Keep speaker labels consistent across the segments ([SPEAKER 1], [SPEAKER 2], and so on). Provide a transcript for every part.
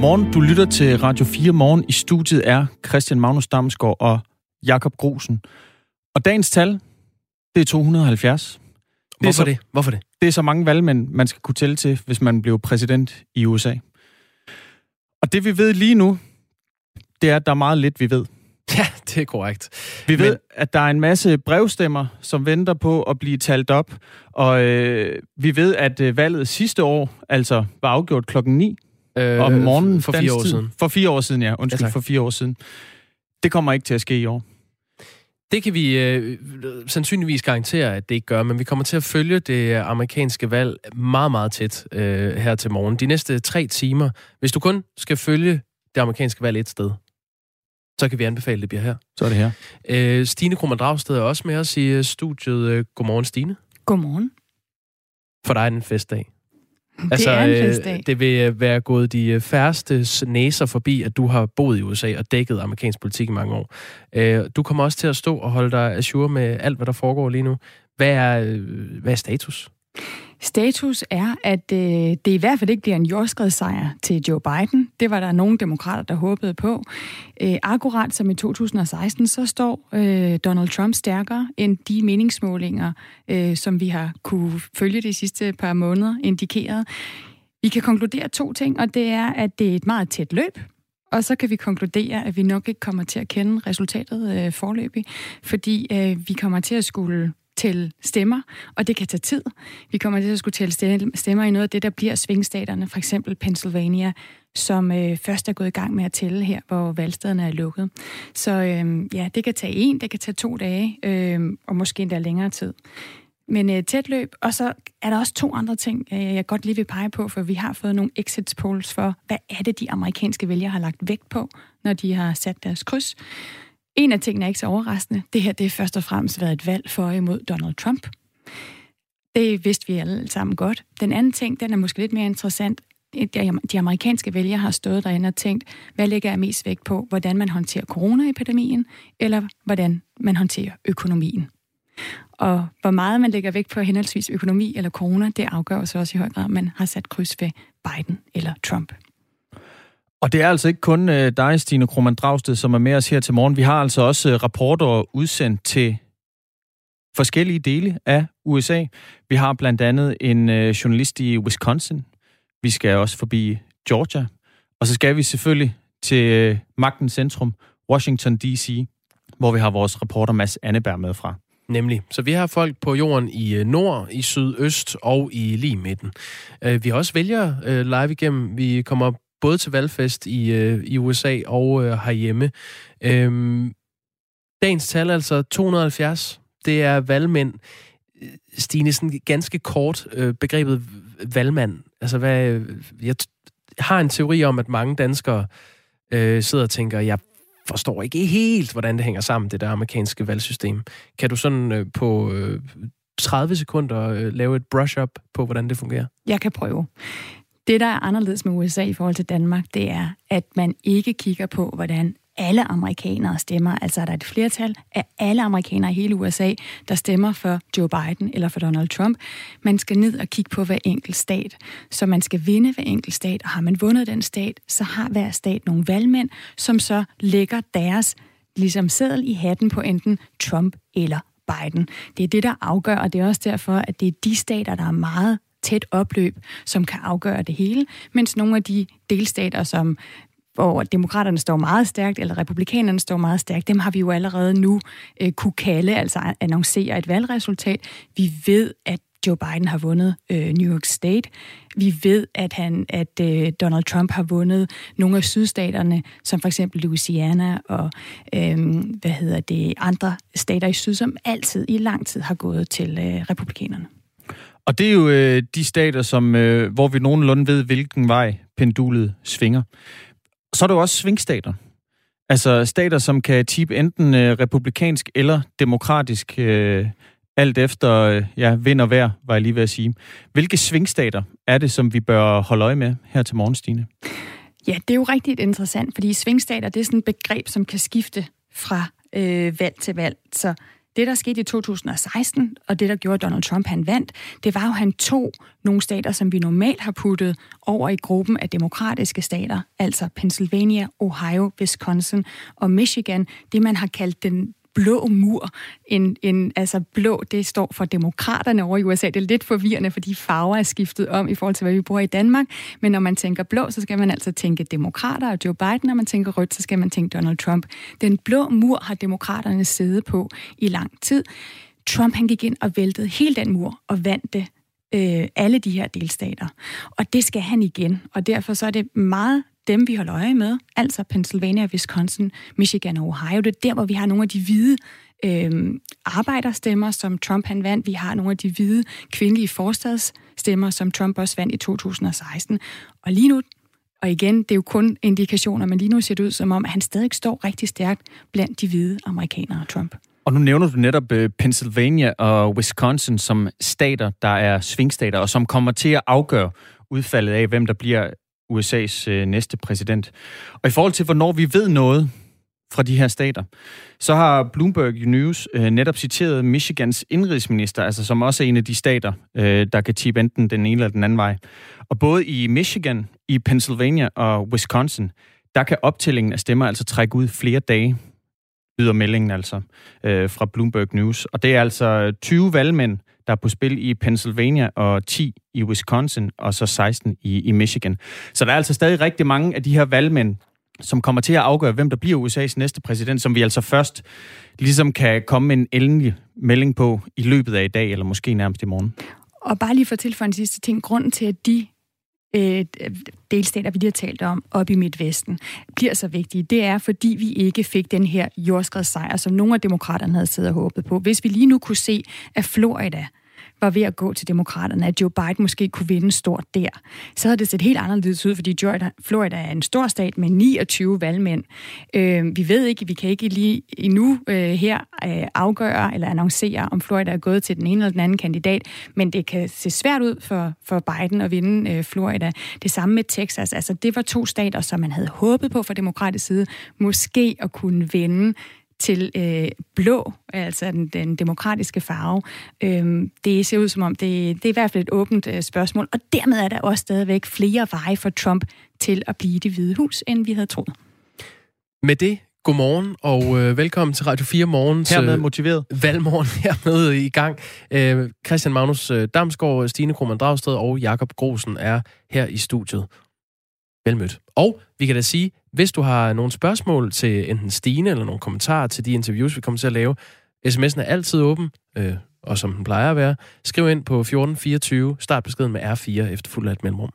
[SPEAKER 1] Godmorgen, du lytter til Radio 4 Morgen. I studiet er Christian Magnus Damsgaard og Jakob Grosen. Og dagens tal, det er 270.
[SPEAKER 2] Hvorfor det?
[SPEAKER 1] Det er så mange valgmænd, man skal kunne tælle til, hvis man bliver præsident i USA. Og det vi ved lige nu, det er, at der er meget lidt, vi ved.
[SPEAKER 2] Ja, det er korrekt.
[SPEAKER 1] Vi ved, at der er en masse brevstemmer, som venter på at blive talt op. Og vi ved, at valget sidste år altså var afgjort 9:00 om morgenen.
[SPEAKER 2] For 4 år siden.
[SPEAKER 1] For 4 år siden, ja. Undskyld, for 4 år siden. Det kommer ikke til at ske i år.
[SPEAKER 2] Det kan vi sandsynligvis garantere, at det ikke gør, men vi kommer til at følge det amerikanske valg meget, meget tæt her til morgen. De næste 3 timer, hvis du kun skal følge det amerikanske valg et sted, så kan vi anbefale, at det bliver her.
[SPEAKER 1] Så er det her.
[SPEAKER 2] Stine Krohmann Dragsted er også med os i studiet. Godmorgen, Stine.
[SPEAKER 3] Godmorgen.
[SPEAKER 2] For dig er det en festdag.
[SPEAKER 3] Det er en festdag.
[SPEAKER 2] Det vil være gået de færreste næser forbi, at du har boet i USA og dækket amerikansk politik i mange år. Du kommer også til at stå og holde dig ajour med alt, hvad der foregår lige nu. Hvad er status?
[SPEAKER 3] Status er, at det i hvert fald ikke bliver en jordskredssejr til Joe Biden. Det var der nogle demokrater, der håbede på. Akkurat som i 2016, så står Donald Trump stærkere end de meningsmålinger, som vi har kunne følge de sidste par måneder indikeret. Vi kan konkludere 2 ting, og det er, at det er et meget tæt løb. Og så kan vi konkludere, at vi nok ikke kommer til at kende resultatet foreløbig, fordi vi kommer til at skulle tælle stemmer, og det kan tage tid. Vi kommer til at skulle tælle stemmer i noget af det, der bliver svingstaterne, for eksempel Pennsylvania, som først er gået i gang med at tælle her, hvor valgstederne er lukket. Så ja, det kan tage 1, det kan tage 2 dage, og måske endda længere tid. Men tæt løb, og så er der også 2 andre ting, jeg godt lige vil pege på, for vi har fået nogle exit polls for, hvad er det, de amerikanske vælgere har lagt vægt på, når de har sat deres kryds. En af tingene er ikke så overraskende. Det her, det er først og fremmest været et valg for imod Donald Trump. Det vidste vi alle sammen godt. Den anden ting, den er måske lidt mere interessant. De amerikanske vælgere har stået derinde og tænkt, hvad lægger jeg mest vægt på? Hvordan man håndterer coronaepidemien, eller hvordan man håndterer økonomien? Og hvor meget man lægger vægt på henholdsvis økonomi eller corona, det afgør så også i høj grad, om man har sat kryds ved Biden eller Trump.
[SPEAKER 1] Og det er altså ikke kun dig, Stine Krohmann Dragsted, som er med os her til morgen. Vi har altså også rapporter udsendt til forskellige dele af USA. Vi har blandt andet en journalist i Wisconsin. Vi skal også forbi Georgia. Og så skal vi selvfølgelig til magtens centrum, Washington D.C., hvor vi har vores reporter Mads Anneberg med fra.
[SPEAKER 2] Nemlig. Så vi har folk på jorden i nord, i sydøst og i lige midten. Vi har også vælgere live igennem. Vi kommer både til valgfest i USA og herhjemme. Dagens tal, altså 270, det er valgmænd. Stine, sådan ganske kort begrebet valgmand. Altså, jeg har en teori om, at mange danskere sidder og tænker, jeg forstår ikke helt, hvordan det hænger sammen, det der amerikanske valgsystem. Kan du sådan på 30 sekunder lave et brush-up på, hvordan det fungerer?
[SPEAKER 3] Jeg kan prøve. Det, der er anderledes med USA i forhold til Danmark, det er, at man ikke kigger på, hvordan alle amerikanere stemmer. Altså er der et flertal af alle amerikanere i hele USA, der stemmer for Joe Biden eller for Donald Trump. Man skal ned og kigge på hver enkelt stat. Så man skal vinde hver enkelt stat, og har man vundet den stat, så har hver stat nogle valgmænd, som så lægger deres ligesom seddel i hatten på enten Trump eller Biden. Det er det, der afgør, og det er også derfor, at det er de stater, der er meget tæt opløb, som kan afgøre det hele, mens nogle af de delstater, hvor demokraterne står meget stærkt, eller republikanerne står meget stærkt, dem har vi jo allerede nu kunne kalde, altså annoncere et valgresultat. Vi ved, at Joe Biden har vundet New York State. Vi ved, at Donald Trump har vundet nogle af sydstaterne, som for eksempel Louisiana og andre stater i syd, som altid i lang tid har gået til republikanerne.
[SPEAKER 1] Og det er jo de stater, hvor vi nogenlunde ved, hvilken vej pendulet svinger. Så er der jo også svingstater. Altså stater, som kan tippe enten republikansk eller demokratisk, alt efter vind og vejr, var jeg lige ved at sige. Hvilke svingstater er det, som vi bør holde øje med her til morgen, Stine?
[SPEAKER 3] Ja, det er jo rigtig interessant, fordi svingstater, det er sådan et begreb, som kan skifte fra valg til valg. Så Det, der skete i 2016, og det, der gjorde Donald Trump, han vandt, det var jo, at han tog nogle stater, som vi normalt har puttet over i gruppen af demokratiske stater, altså Pennsylvania, Ohio, Wisconsin og Michigan, det man har kaldt den blå mur. Altså blå, det står for demokraterne over i USA. Det er lidt forvirrende, fordi farver er skiftet om i forhold til, hvad vi bruger i Danmark. Men når man tænker blå, så skal man altså tænke demokrater og Joe Biden. Når man tænker rødt, så skal man tænke Donald Trump. Den blå mur har demokraterne siddet på i lang tid. Trump, han gik ind og væltede hele den mur og vandt det. Alle de her delstater. Og det skal han igen. Og derfor så er det meget dem, vi holder øje med, altså Pennsylvania, Wisconsin, Michigan og Ohio. Det er der, hvor vi har nogle af de hvide arbejderstemmer, som Trump han vandt. Vi har nogle af de hvide kvindelige forstadsstemmer, som Trump også vandt i 2016. Og lige nu, og igen, det er jo kun indikationer, men lige nu ser det ud som om, at han stadig står rigtig stærkt blandt de hvide amerikanere, Trump. Og
[SPEAKER 1] nu nævner du netop Pennsylvania og Wisconsin som stater, der er svingstater, og som kommer til at afgøre udfaldet af, hvem der bliver USA's næste præsident. Og i forhold til, hvornår vi ved noget fra de her stater, så har Bloomberg News netop citeret Michigans indrigsminister, altså som også er en af de stater, der kan tippe enten den ene eller den anden vej. Og både i Michigan, i Pennsylvania og Wisconsin, der kan optællingen af stemmer altså trække ud flere dage, lyder meldingen altså fra Bloomberg News. Og det er altså 20 valgmænd, der er på spil i Pennsylvania, og 10 i Wisconsin, og så 16 i Michigan. Så der er altså stadig rigtig mange af de her valgmænd, som kommer til at afgøre, hvem der bliver USA's næste præsident, som vi altså først ligesom kan komme med en endelig melding på i løbet af i dag, eller måske nærmest i morgen. Og bare lige for at tilføje en sidste ting. Grunden til, at de delstater, vi lige har talt om, oppe i Midtvesten, bliver så vigtige, det er, fordi vi ikke fik den her jordskredssejr, som nogle af demokraterne havde siddet og håbet på. Hvis vi lige nu kunne se, at Florida var ved at gå til demokraterne, at Joe Biden måske kunne vinde stort der, så havde det set helt anderledes ud, fordi Florida er en stor stat med 29 valgmænd. Vi ved ikke, vi kan ikke lige endnu her afgøre eller annoncere, om Florida er gået til den ene eller den anden kandidat, men det kan se svært ud for Biden at vinde Florida. Det samme med Texas. Altså, det var 2 stater, som man havde håbet på fra demokratisk side, måske at kunne vinde til blå, altså den demokratiske farve. Det ser ud som om, det er i hvert fald et åbent spørgsmål, og dermed er der også stadigvæk flere veje for Trump til at blive Det Hvide Hus, end vi havde troet. Med det, godmorgen og velkommen til Radio 4 Morgens hermed motiveret valgmorgen hermed i gang. Christian Magnus Damsgaard, Stine Krohmann Dragsted og Jakob Grosen er her i studiet. Velmødt. Og vi kan da sige, hvis du har nogle spørgsmål til enten Stine eller nogle kommentarer til de interviews, vi kommer til at lave, sms'en er altid åben, og som den plejer at være. Skriv ind på 1424, start beskeden med R4 efterfulgt af et mellemrum.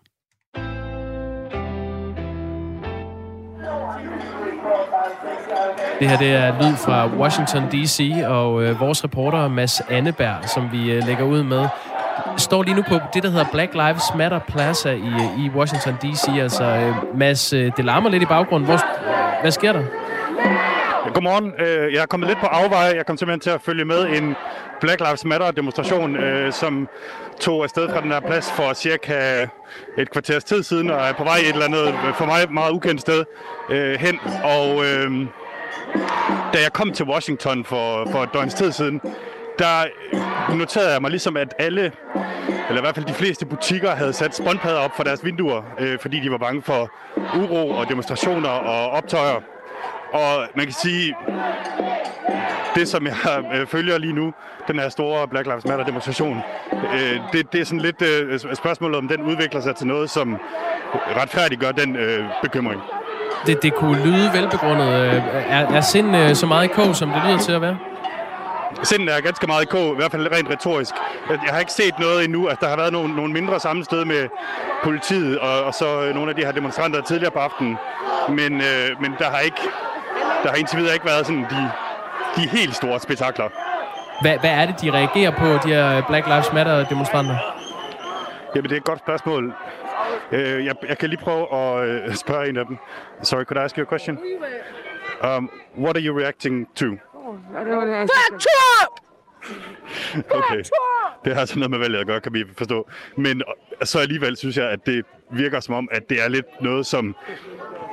[SPEAKER 1] Det her det er lyd fra Washington D.C. og vores reporter Mads Anneberg, som vi lægger ud med, står lige nu på det, der hedder Black Lives Matter Plaza i Washington D.C. Altså, Mads, det larmer lidt i baggrunden. Hvad sker der?
[SPEAKER 4] Godmorgen. Jeg er kommet lidt på afveje. Jeg kom simpelthen til at følge med en Black Lives Matter demonstration, som tog afsted fra den her plads for cirka et kvarters tid siden, og er på vej et eller andet for mig meget ukendt sted hen. Og da jeg kom til Washington for et døgns tid siden, der noterede jeg mig ligesom, at alle, eller i hvert fald de fleste butikker, havde sat spåndpadder op for deres vinduer, fordi de var bange for uro og demonstrationer og optøjer. Og man kan sige, det som jeg følger lige nu, den her store Black Lives Matter demonstration, det er sådan lidt spørgsmålet, om den udvikler sig til noget, som retfærdiggør den bekymring.
[SPEAKER 2] Det kunne lyde velbegrundet. Er sind så meget i kog, som det lyder til at være?
[SPEAKER 4] Sinden er ganske meget i kog, i hvert fald rent retorisk. Jeg har ikke set noget endnu. Altså, der har været nogle mindre sammenstød med politiet og så nogle af de her demonstranter tidligere på aftenen. Men der har indtil videre ikke været sådan de helt store spektakler.
[SPEAKER 2] Hvad er det, de reagerer på, de her Black Lives Matter demonstranter?
[SPEAKER 4] Jamen, det er et godt spørgsmål. Jeg kan lige prøve at spørge en af dem. Sorry, could I ask you a question? What are you reacting to?
[SPEAKER 5] Fuck Trump!
[SPEAKER 4] Okay, det har altså noget med valget at gøre, kan vi forstå. Men så alligevel synes jeg, at det virker som om, at det er lidt noget, som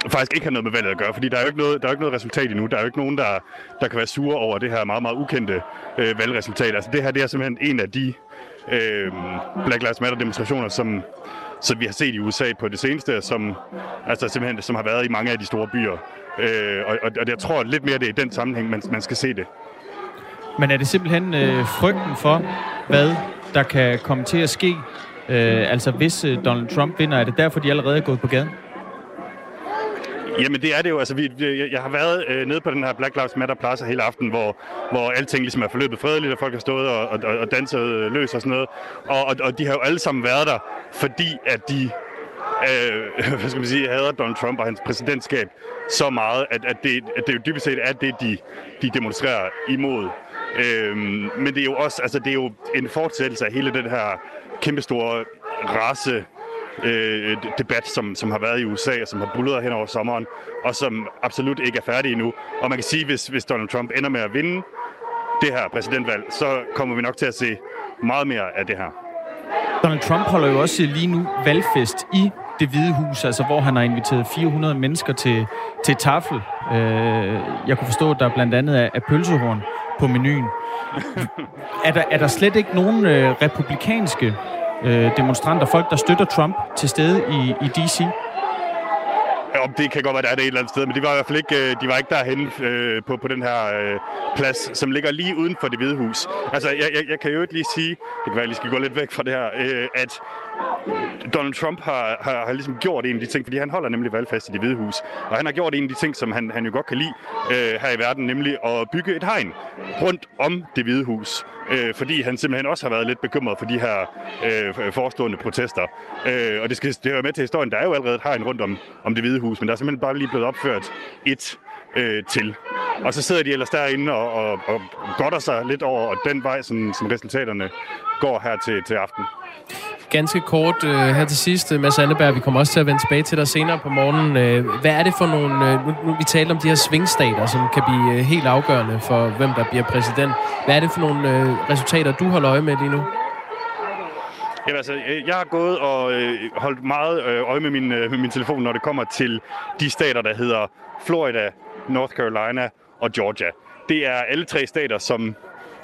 [SPEAKER 4] faktisk ikke har noget med valget at gøre, fordi der er jo ikke noget resultat endnu. Der er jo ikke nogen, der kan være sure over det her meget, meget ukendte valgresultat. Altså det her, det er simpelthen en af de Black Lives Matter demonstrationer, som vi har set i USA på det seneste, som har været i mange af de store byer. Og jeg tror lidt mere, det er i den sammenhæng, man skal se det.
[SPEAKER 1] Men er det simpelthen frygten for, hvad der kan komme til at ske? Altså hvis Donald Trump vinder, er det derfor, de allerede er gået på gaden?
[SPEAKER 4] Jamen det er det jo. Altså, jeg har været nede på den her Black Lives Matter plads hele aften, hvor alting ligesom er forløbet fredeligt, og folk har stået og danset løs og sådan noget. Og de har jo alle sammen været der, fordi at de hader Donald Trump og hans præsidentskab så meget, at det jo dybest set er det, de demonstrerer imod. Men det er jo også, altså det er jo en fortsættelse af hele den her kæmpestore race debat, som har været i USA, og som har buldret hen over sommeren, og som absolut ikke er færdig endnu. Og man kan sige, hvis Donald Trump ender med at vinde det her præsidentvalg, så kommer vi nok til at se meget mere af det her.
[SPEAKER 1] Donald Trump holder jo også lige nu valgfest i Det Hvide Hus, altså hvor han har inviteret 400 mennesker til tafel. Jeg kunne forstå, at der blandt andet er pølsehorn på menuen. Er der slet ikke nogen republikanske demonstranter, folk, der støtter Trump, til stede i D.C.?
[SPEAKER 4] Det kan godt være, der er det et eller andet sted, men de var i hvert fald ikke, derhenne på den her plads, som ligger lige uden for Det Hvide Hus. Altså, jeg kan jo ikke lige sige, det kan være, at jeg lige skal gå lidt væk fra det her, at Donald Trump har ligesom gjort en af de ting, fordi han holder nemlig valgfest i Det Hvide Hus, og han har gjort en af de ting, som han jo godt kan lide her i verden, nemlig at bygge et hegn rundt om Det Hvide Hus. Fordi han simpelthen også har været lidt bekymret for de her forestående protester. Og det hører med til historien, der er jo allerede et hegn rundt om Det Hvide Hus, men der er simpelthen bare lige blevet opført et til. Og så sidder de ellers derinde og godter sig lidt over den vej, som resultaterne går her til aften.
[SPEAKER 2] Ganske kort her til sidst, Mads Anneberg, vi kommer også til at vende tilbage til dig senere på morgenen. Hvad er det for nogle, nu vi taler om de her svingstater, som kan blive helt afgørende for, hvem der bliver præsident. Hvad er det for nogle resultater, du holder øje med lige nu?
[SPEAKER 4] Jamen, altså, jeg har gået og holdt meget øje med min telefon, når det kommer til de stater, der hedder Florida, North Carolina og Georgia. Det er alle tre stater, som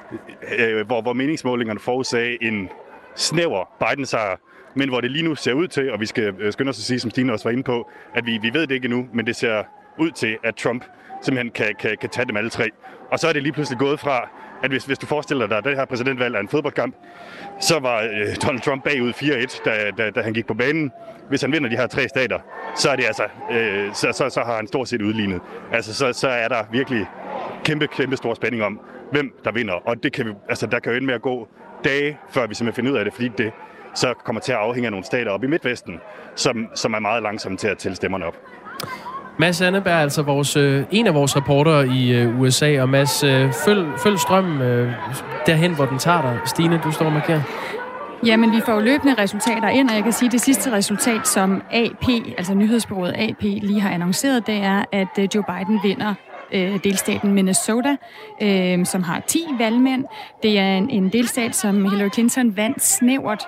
[SPEAKER 4] hvor meningsmålingerne forudsagde en snæver Biden-sejr, men hvor det lige nu ser ud til, og vi skal skynde os at sige, som Stine også var inde på, at vi ved det ikke endnu, men det ser ud til, at Trump simpelthen kan tage dem alle tre. Og så er det lige pludselig gået fra, at hvis du forestiller dig, at det her præsidentvalg er en fodboldkamp, så var Donald Trump bagud 4-1, da han gik på banen. Hvis han vinder de her tre stater, så er det altså, så har han stort set udlignet. Altså, så er der virkelig kæmpe stor spænding om, hvem der vinder. Og det kan vi, altså, der kan jo ende med at gå dage, før vi simpelthen finder ud af det, fordi det så kommer til at afhænge af nogle stater op i Midtvesten, som er meget langsomme til at tælle stemmerne op.
[SPEAKER 2] Mads Anneberg er altså en af vores reportere i USA, og Mads, følg strømmen derhen, hvor den tager dig. Stine, du står og markerer.
[SPEAKER 3] Jamen, vi får jo løbende resultater ind, og jeg kan sige, at det sidste resultat, som AP, altså nyhedsbureauet AP, lige har annonceret, det er, at Joe Biden vinder delstaten Minnesota, som har 10 valgmænd. Det er en delstat, som Hillary Clinton vandt snævert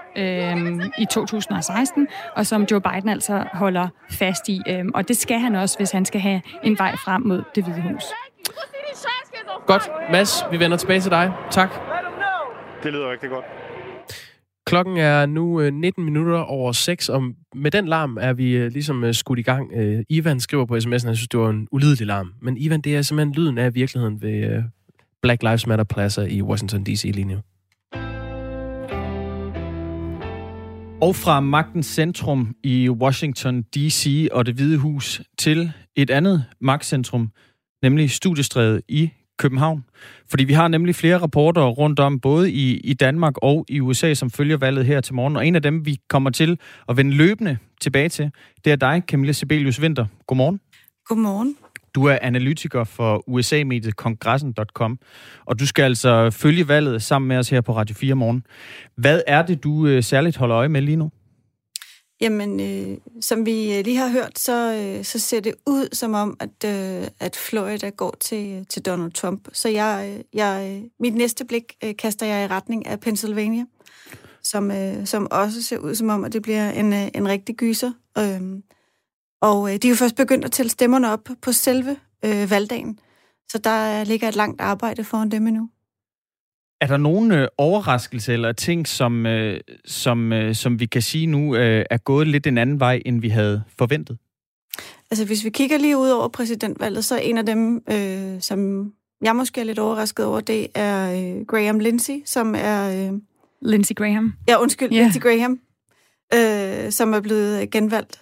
[SPEAKER 3] i 2016, og som Joe Biden altså holder fast i. Og det skal han også, hvis han skal have en vej frem mod Det Hvide Hus.
[SPEAKER 2] Godt. Mads, vi vender tilbage til dig. Tak.
[SPEAKER 4] Det lyder rigtig godt.
[SPEAKER 2] Klokken er nu 19 minutter over 6, og med den larm er vi ligesom skudt i gang. Ivan skriver på sms'en, at jeg synes, det var en ulidelig larm. Men Ivan, det er simpelthen lyden af virkeligheden ved Black Lives Matter pladser i Washington D.C. lige nu.
[SPEAKER 1] Og fra magtens centrum i Washington D.C. og Det Hvide Hus til et andet magtcentrum, nemlig Studiestræde i København. Fordi vi har nemlig flere rapporter rundt om, både i Danmark og i USA, som følger valget her til morgen. Og en af dem, vi kommer til at vende løbende tilbage til, det er dig, Camilla Sibelius Winther. Godmorgen.
[SPEAKER 6] Godmorgen.
[SPEAKER 1] Du er analytiker for USA-mediet Kongressen.com, og du skal altså følge valget sammen med os her på Radio 4 morgen. Hvad er det, du særligt holder øje med lige nu? Jamen,
[SPEAKER 6] som vi lige har hørt, så ser det ud som om, at Florida går til Donald Trump. Så mit næste blik kaster jeg i retning af Pennsylvania, som også ser ud som om, at det bliver en rigtig gyser. Og de er jo først begyndt at tælle stemmerne op på selve valgdagen. Så der ligger et langt arbejde foran dem endnu.
[SPEAKER 1] Er der nogen overraskelse eller ting, som vi kan sige nu er gået lidt en anden vej, end vi havde forventet?
[SPEAKER 6] Altså hvis vi kigger lige ud over præsidentvalget, så er en af dem, som jeg måske er lidt overrasket over, det er Graham Lindsey, som er...
[SPEAKER 3] Lindsey Graham.
[SPEAKER 6] Ja, undskyld, yeah. Lindsey Graham, som er blevet genvalgt.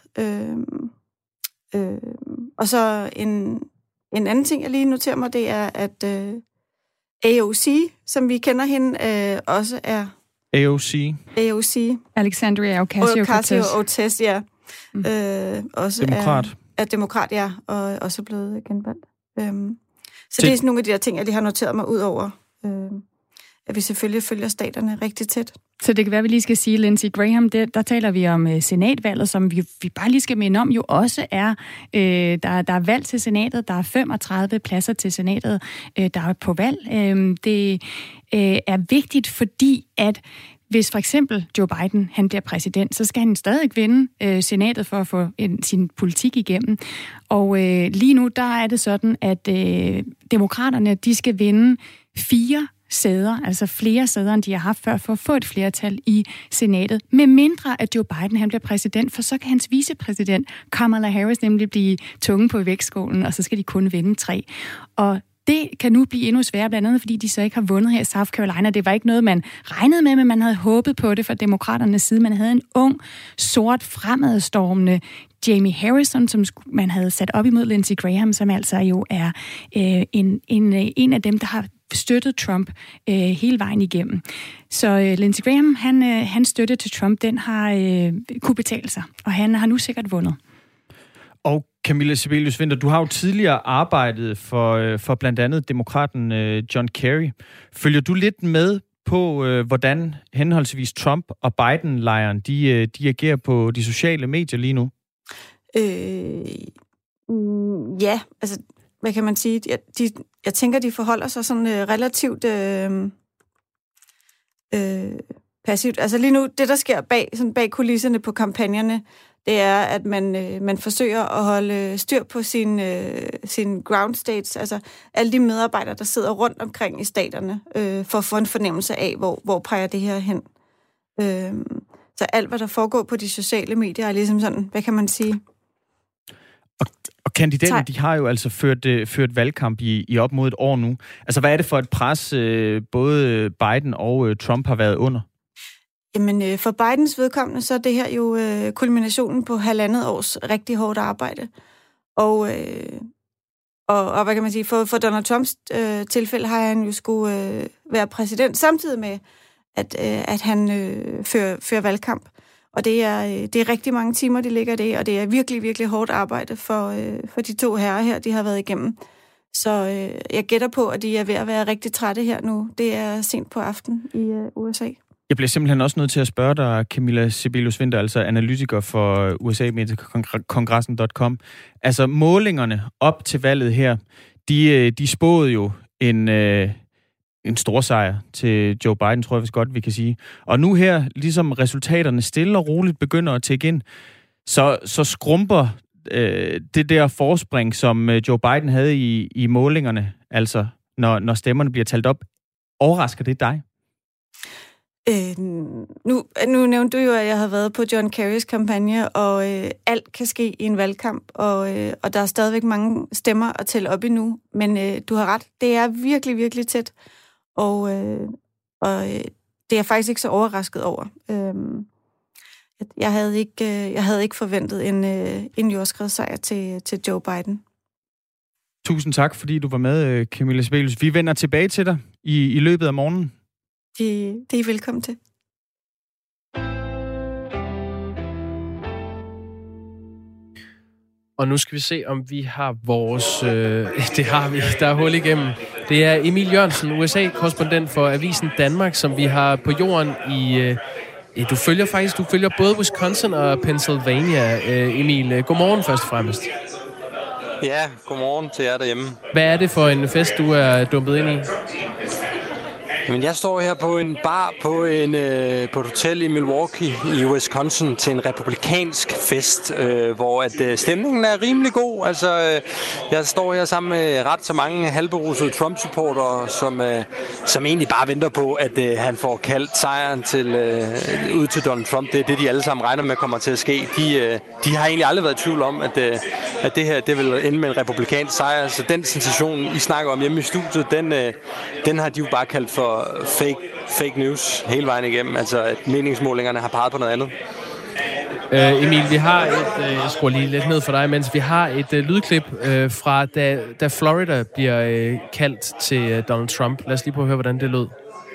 [SPEAKER 6] Og så en anden ting, jeg lige noterer mig, det er, at AOC, som vi kender hende, også er... AOC.
[SPEAKER 3] Alexandria Ocasio-Cortez.
[SPEAKER 6] Ja. Også
[SPEAKER 1] demokrat.
[SPEAKER 6] Er demokrat, ja, og også blevet genvalgt. Så det er sådan nogle af de der ting, jeg lige har noteret mig ud over, at vi selvfølgelig følger staterne rigtig tæt.
[SPEAKER 3] Så det kan være, at vi lige skal sige, Lindsey Graham, der taler vi om senatvalget, som vi bare lige skal minde om, jo også er, der er valg til senatet, der er 35 pladser til senatet, der er på valg. Det er vigtigt, fordi at hvis for eksempel Joe Biden han bliver præsident, så skal han stadig vinde senatet for at få sin politik igennem. Og lige nu, der er det sådan, at demokraterne, de skal vinde 4 sæder, altså flere sæder, end de har haft før, for at få et flertal i senatet. Med mindre, at Joe Biden han bliver præsident, for så kan hans vicepræsident Kamala Harris nemlig blive tunge på vægtskålen, og så skal de kun vinde 3. Og det kan nu blive endnu sværere, blandt andet fordi de så ikke har vundet her i South Carolina. Det var ikke noget, man regnede med, men man havde håbet på det fra demokraternes side. Man havde en ung, sort, fremadstormende Jamie Harrison, som man havde sat op imod Lindsey Graham, som altså jo er en af dem, der har støttet Trump hele vejen igennem. Så Lindsey Graham, hans støtte til Trump, den har kunne betale sig, og han har nu sikkert vundet.
[SPEAKER 1] Og Camilla Sibelius Winther, du har jo tidligere arbejdet for blandt andet demokraten John Kerry. Følger du lidt med på, hvordan henholdsvis Trump og Biden-lejren, de agerer på de sociale medier lige nu?
[SPEAKER 6] Ja, altså, hvad kan man sige? Jeg tænker, de forholder sig sådan relativt passivt. Altså lige nu, det der sker bag kulisserne på kampagnerne, det er, at man forsøger at holde styr på sin ground states, altså alle de medarbejdere, der sidder rundt omkring i staterne, for at få en fornemmelse af, hvor peger det her hen. Så alt, hvad der foregår på de sociale medier, er ligesom sådan, hvad kan man sige?
[SPEAKER 1] Og kandidaterne, de har jo altså ført valgkamp i op mod et år nu. Altså, hvad er det for et pres, både Biden og Trump har været under?
[SPEAKER 6] Jamen, for Bidens vedkommende, så er det her jo kulminationen på 1,5 års rigtig hårdt arbejde. Og hvad kan man sige, for Donald Trumps tilfælde har han jo skulle være præsident, samtidig med, at han fører valgkamp. Og det er rigtig mange timer, de ligger det, og det er virkelig, virkelig hårdt arbejde for de 2 herrer her, de har været igennem. Så jeg gætter på, at de er ved at være rigtig trætte her nu. Det er sent på aften i USA.
[SPEAKER 1] Jeg bliver simpelthen også nødt til at spørge dig, Camilla Sibelius Winther, altså analytiker for USA-mediekongressen.com. Altså målingerne op til valget her, de spåede jo en stor sejr til Joe Biden, tror jeg vist godt, vi kan sige. Og nu her, ligesom resultaterne stille og roligt begynder at tække ind, så skrumper det der forspring, som Joe Biden havde i målingerne, altså når stemmerne bliver talt op. Overrasker det dig?
[SPEAKER 6] Nu nævnte du jo, at jeg havde været på John Kerrys kampagne, og alt kan ske i en valgkamp, og der er stadigvæk mange stemmer at tælle op endnu. Men du har ret, det er virkelig, virkelig tæt, og det er jeg faktisk ikke så overrasket over. Jeg havde ikke forventet en jordskredssejr til Joe Biden.
[SPEAKER 1] Tusind tak, fordi du var med, Camilla Sibelius. Vi vender tilbage til dig i løbet af morgenen.
[SPEAKER 6] Det er I velkommen til.
[SPEAKER 2] Og nu skal vi se, om vi har vores... det har vi. Der er hul igennem. Det er Emil Jørgensen, USA-korrespondent for Avisen Danmark, som vi har på jorden i... Du følger både Wisconsin og Pennsylvania, Emil. Godmorgen først og fremmest.
[SPEAKER 7] Ja, godmorgen til jer derhjemme.
[SPEAKER 2] Hvad er det for en fest, du er dumpet ind i?
[SPEAKER 7] Men jeg står her på en bar på et hotel i Milwaukee i Wisconsin til en republikansk fest, hvor at stemningen er rimelig god. Altså, jeg står her sammen med ret så mange halvberusede Trump-supportere, som egentlig bare venter på, at han får kaldt sejren ud til Donald Trump. Det er det, de alle sammen regner med kommer til at ske. De har egentlig aldrig været i tvivl om, at det her det vil ende med en republikansk sejr. Så den sensation, I snakker om hjemme i studiet, den har de jo bare kaldt for fake news hele vejen igennem. Altså, at meningsmålingerne har peget på noget andet.
[SPEAKER 2] Emil, vi har jeg skruer lige lidt ned for dig, mens vi har et lydklip fra, da Florida bliver kaldt til Donald Trump. Lad os lige prøve at høre, hvordan det lød.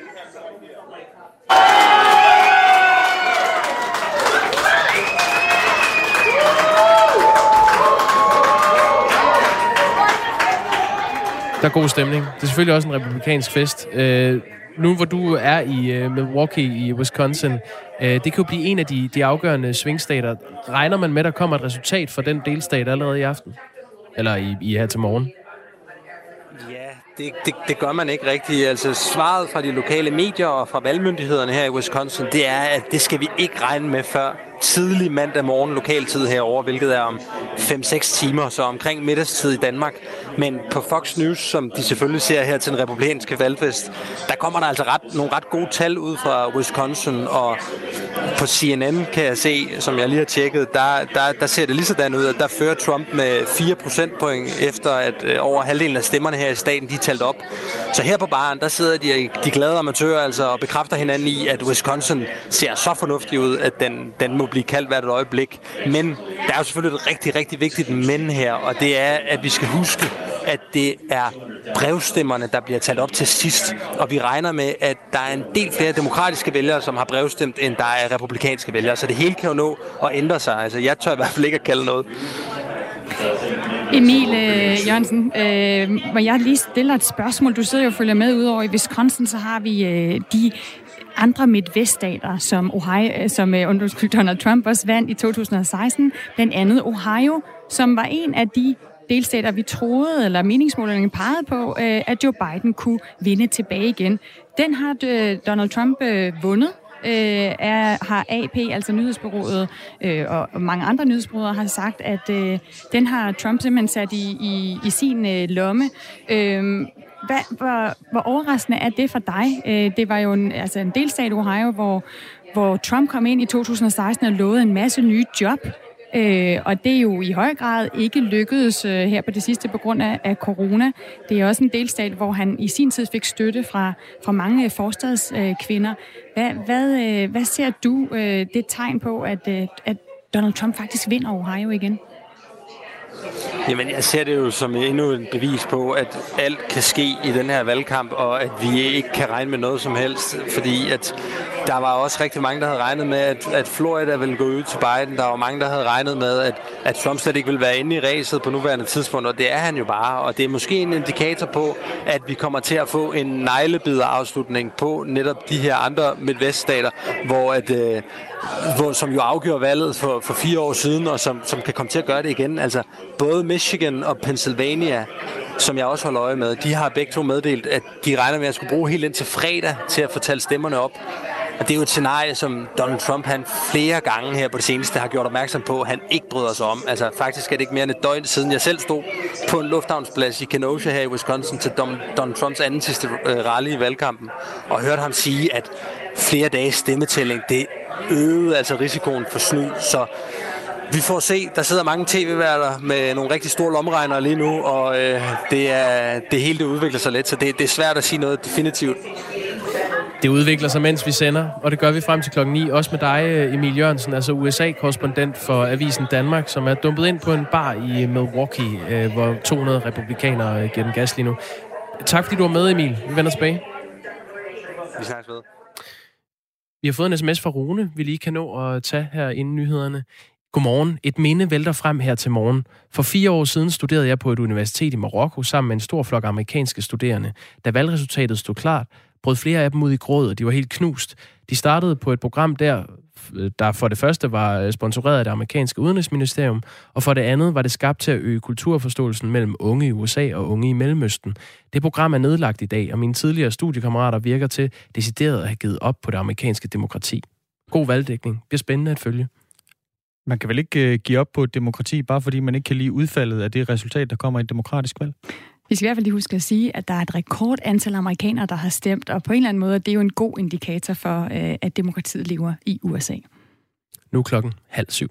[SPEAKER 2] Der er god stemning. Det er selvfølgelig også en republikansk fest. Nu hvor du er i Milwaukee i Wisconsin, det kan jo blive en af de afgørende svingstater. Regner man med, at der kommer et resultat for den delstat allerede i aften? Eller i her til morgen?
[SPEAKER 7] Ja, det gør man ikke rigtigt. Altså svaret fra de lokale medier og fra valgmyndighederne her i Wisconsin, det er, at det skal vi ikke regne med før tidlig mandag morgen lokaltid herover, hvilket er om 5-6 timer, så omkring middagstid i Danmark. Men på Fox News, som de selvfølgelig ser her til den republikanske valgfest, der kommer der altså nogle ret gode tal ud fra Wisconsin, og på CNN kan jeg se, som jeg lige har tjekket, der ser det lige sådan ud, at der fører Trump med 4 procentpoint efter, at over halvdelen af stemmerne her i staten, de er talt op. Så her på baren, der sidder de glade amatører altså og bekræfter hinanden i, at Wisconsin ser så fornuftig ud, at den må blive kaldt hvert et øjeblik. Men der er jo selvfølgelig et rigtig, rigtig vigtigt men her, og det er, at vi skal huske, at det er brevstemmerne, der bliver talt op til sidst. Og vi regner med, at der er en del flere demokratiske vælgere, som har brevstemt, end der er republikanske vælgere. Så det hele kan jo nå at ændre sig. Altså, jeg tør i hvert fald ikke at kalde noget.
[SPEAKER 3] Emil Jørgensen, hvor jeg lige stiller et spørgsmål. Du sidder jo og følger med udover i Wisconsin, så har vi de andre midtveststater, som Donald Trump også vandt i 2016. Blandt andet Ohio, som var en af de delstater, vi troede, eller meningsmålingen pegede på, at Joe Biden kunne vinde tilbage igen. Den har Donald Trump vundet. Har AP, altså nyhedsbureauet, og mange andre nyhedsbureauer har sagt, at den har Trump simpelthen sat i sin lomme. Hvor overraskende er det for dig? Det var jo en delstat Ohio, hvor Trump kom ind i 2016 og lovede en masse nye job. Og det er jo i høj grad ikke lykkedes her på det sidste på grund af corona. Det er også en delstat, hvor han i sin tid fik støtte fra mange forstadskvinder. Hvad ser du det tegn på, at Donald Trump faktisk vinder Ohio igen?
[SPEAKER 7] Jamen, jeg ser det jo som endnu et bevis på, at alt kan ske i den her valgkamp, og at vi ikke kan regne med noget som helst, fordi at der var også rigtig mange, der havde regnet med, at Florida ville gå ud til Biden. Der var mange, der havde regnet med, at Trump slet ikke ville være inde i ræset på nuværende tidspunkt, og det er han jo bare. Og det er måske en indikator på, at vi kommer til at få en neglebiderafslutning på netop de her andre midtveststater, som jo afgjorde valget for 4 år siden, og som kan komme til at gøre det igen. Altså, både Michigan og Pennsylvania, som jeg også holder øje med, de har begge to meddelt, at de regner med at skulle bruge helt indtil fredag til at få talt stemmerne op. Og det er jo et scenarie, som Donald Trump han flere gange her på det seneste har gjort opmærksom på, at han ikke bryder sig om. Altså faktisk er det ikke mere end et døgn siden, jeg selv stod på en lufthavnsplads i Kenosha her i Wisconsin til Donald Trumps anden sidste rally i valgkampen, og hørte ham sige, at flere dages stemmetælling, det øgede altså risikoen for snyd. Så vi får se. Der sidder mange tv-værter med nogle rigtig store lommeregnere lige nu, og det hele det udvikler sig lidt, så det er svært at sige noget definitivt.
[SPEAKER 2] Det udvikler sig, mens vi sender, og det gør vi frem til klokken 9. Også med dig, Emil Jørgensen, altså USA-korrespondent for Avisen Danmark, som er dumpet ind på en bar i Milwaukee, hvor 200 republikanere giver den gas lige nu. Tak fordi du var med, Emil. Vi vender tilbage.
[SPEAKER 7] Vi snakkes ved.
[SPEAKER 2] Vi har fået en sms fra Rune, vi lige kan nå at tage her inden nyhederne. Godmorgen. Et minde vælter frem her til morgen. For 4 år siden studerede jeg på et universitet i Marokko sammen med en stor flok amerikanske studerende. Da valgresultatet stod klart, brød flere af dem ud i gråd, og de var helt knust. De startede på et program der for det første var sponsoreret af det amerikanske udenrigsministerium, og for det andet var det skabt til at øge kulturforståelsen mellem unge i USA og unge i Mellemøsten. Det program er nedlagt i dag, og mine tidligere studiekammerater virker til decideret at have givet op på det amerikanske demokrati. God valgdækning. Bliver spændende at følge.
[SPEAKER 1] Man kan vel ikke give op på et demokrati, bare fordi man ikke kan lide udfaldet af det resultat, der kommer i et demokratisk valg?
[SPEAKER 3] Vi skal i hvert fald lige huske at sige, at der er et rekordantal amerikanere, der har stemt, og på en eller anden måde, det er jo en god indikator for, at demokratiet lever i USA.
[SPEAKER 2] Nu er 6:30.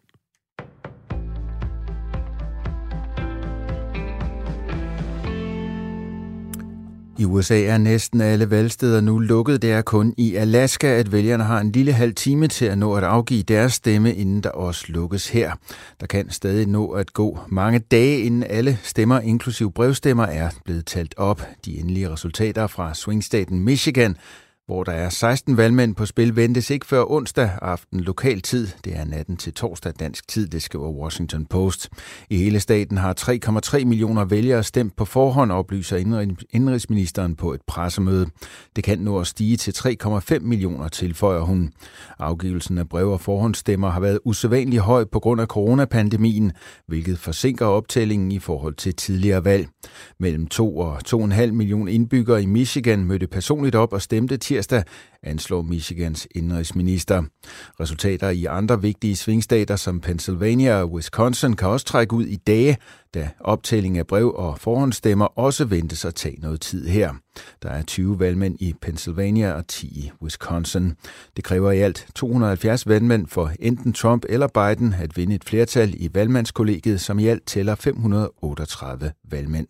[SPEAKER 8] I USA er næsten alle valgsteder nu lukket. Det er kun i Alaska, at vælgerne har en lille halv time til at nå at afgive deres stemme, inden der også lukkes her. Der kan stadig nå at gå mange dage, inden alle stemmer, inklusive brevstemmer, er blevet talt op. De endelige resultater fra swingstaten Michigan, hvor der er 16 valgmænd på spil, ventes ikke før onsdag aften lokal tid. Det er natten til torsdag dansk tid, det skriver Washington Post. I hele staten har 3,3 millioner vælgere stemt på forhånd, oplyser indrigsministeren på et pressemøde. Det kan nå at stige til 3,5 millioner, tilføjer hun. Afgivelsen af brev og forhåndsstemmer har været usædvanligt høj på grund af coronapandemien, hvilket forsinker optællingen i forhold til tidligere valg. Mellem 2 og 2,5 millioner indbyggere i Michigan mødte personligt op og stemte tirsdag, anslår Michigans indrigsminister. Resultater i andre vigtige swingstater som Pennsylvania og Wisconsin kan også trække ud i dage, da optælling af brev og forhåndsstemmer også ventes at tage noget tid her. Der er 20 valgmænd i Pennsylvania og 10 i Wisconsin. Det kræver i alt 270 valgmænd for enten Trump eller Biden at vinde et flertal i valgmandskollegiet, som i alt tæller 538 valgmænd.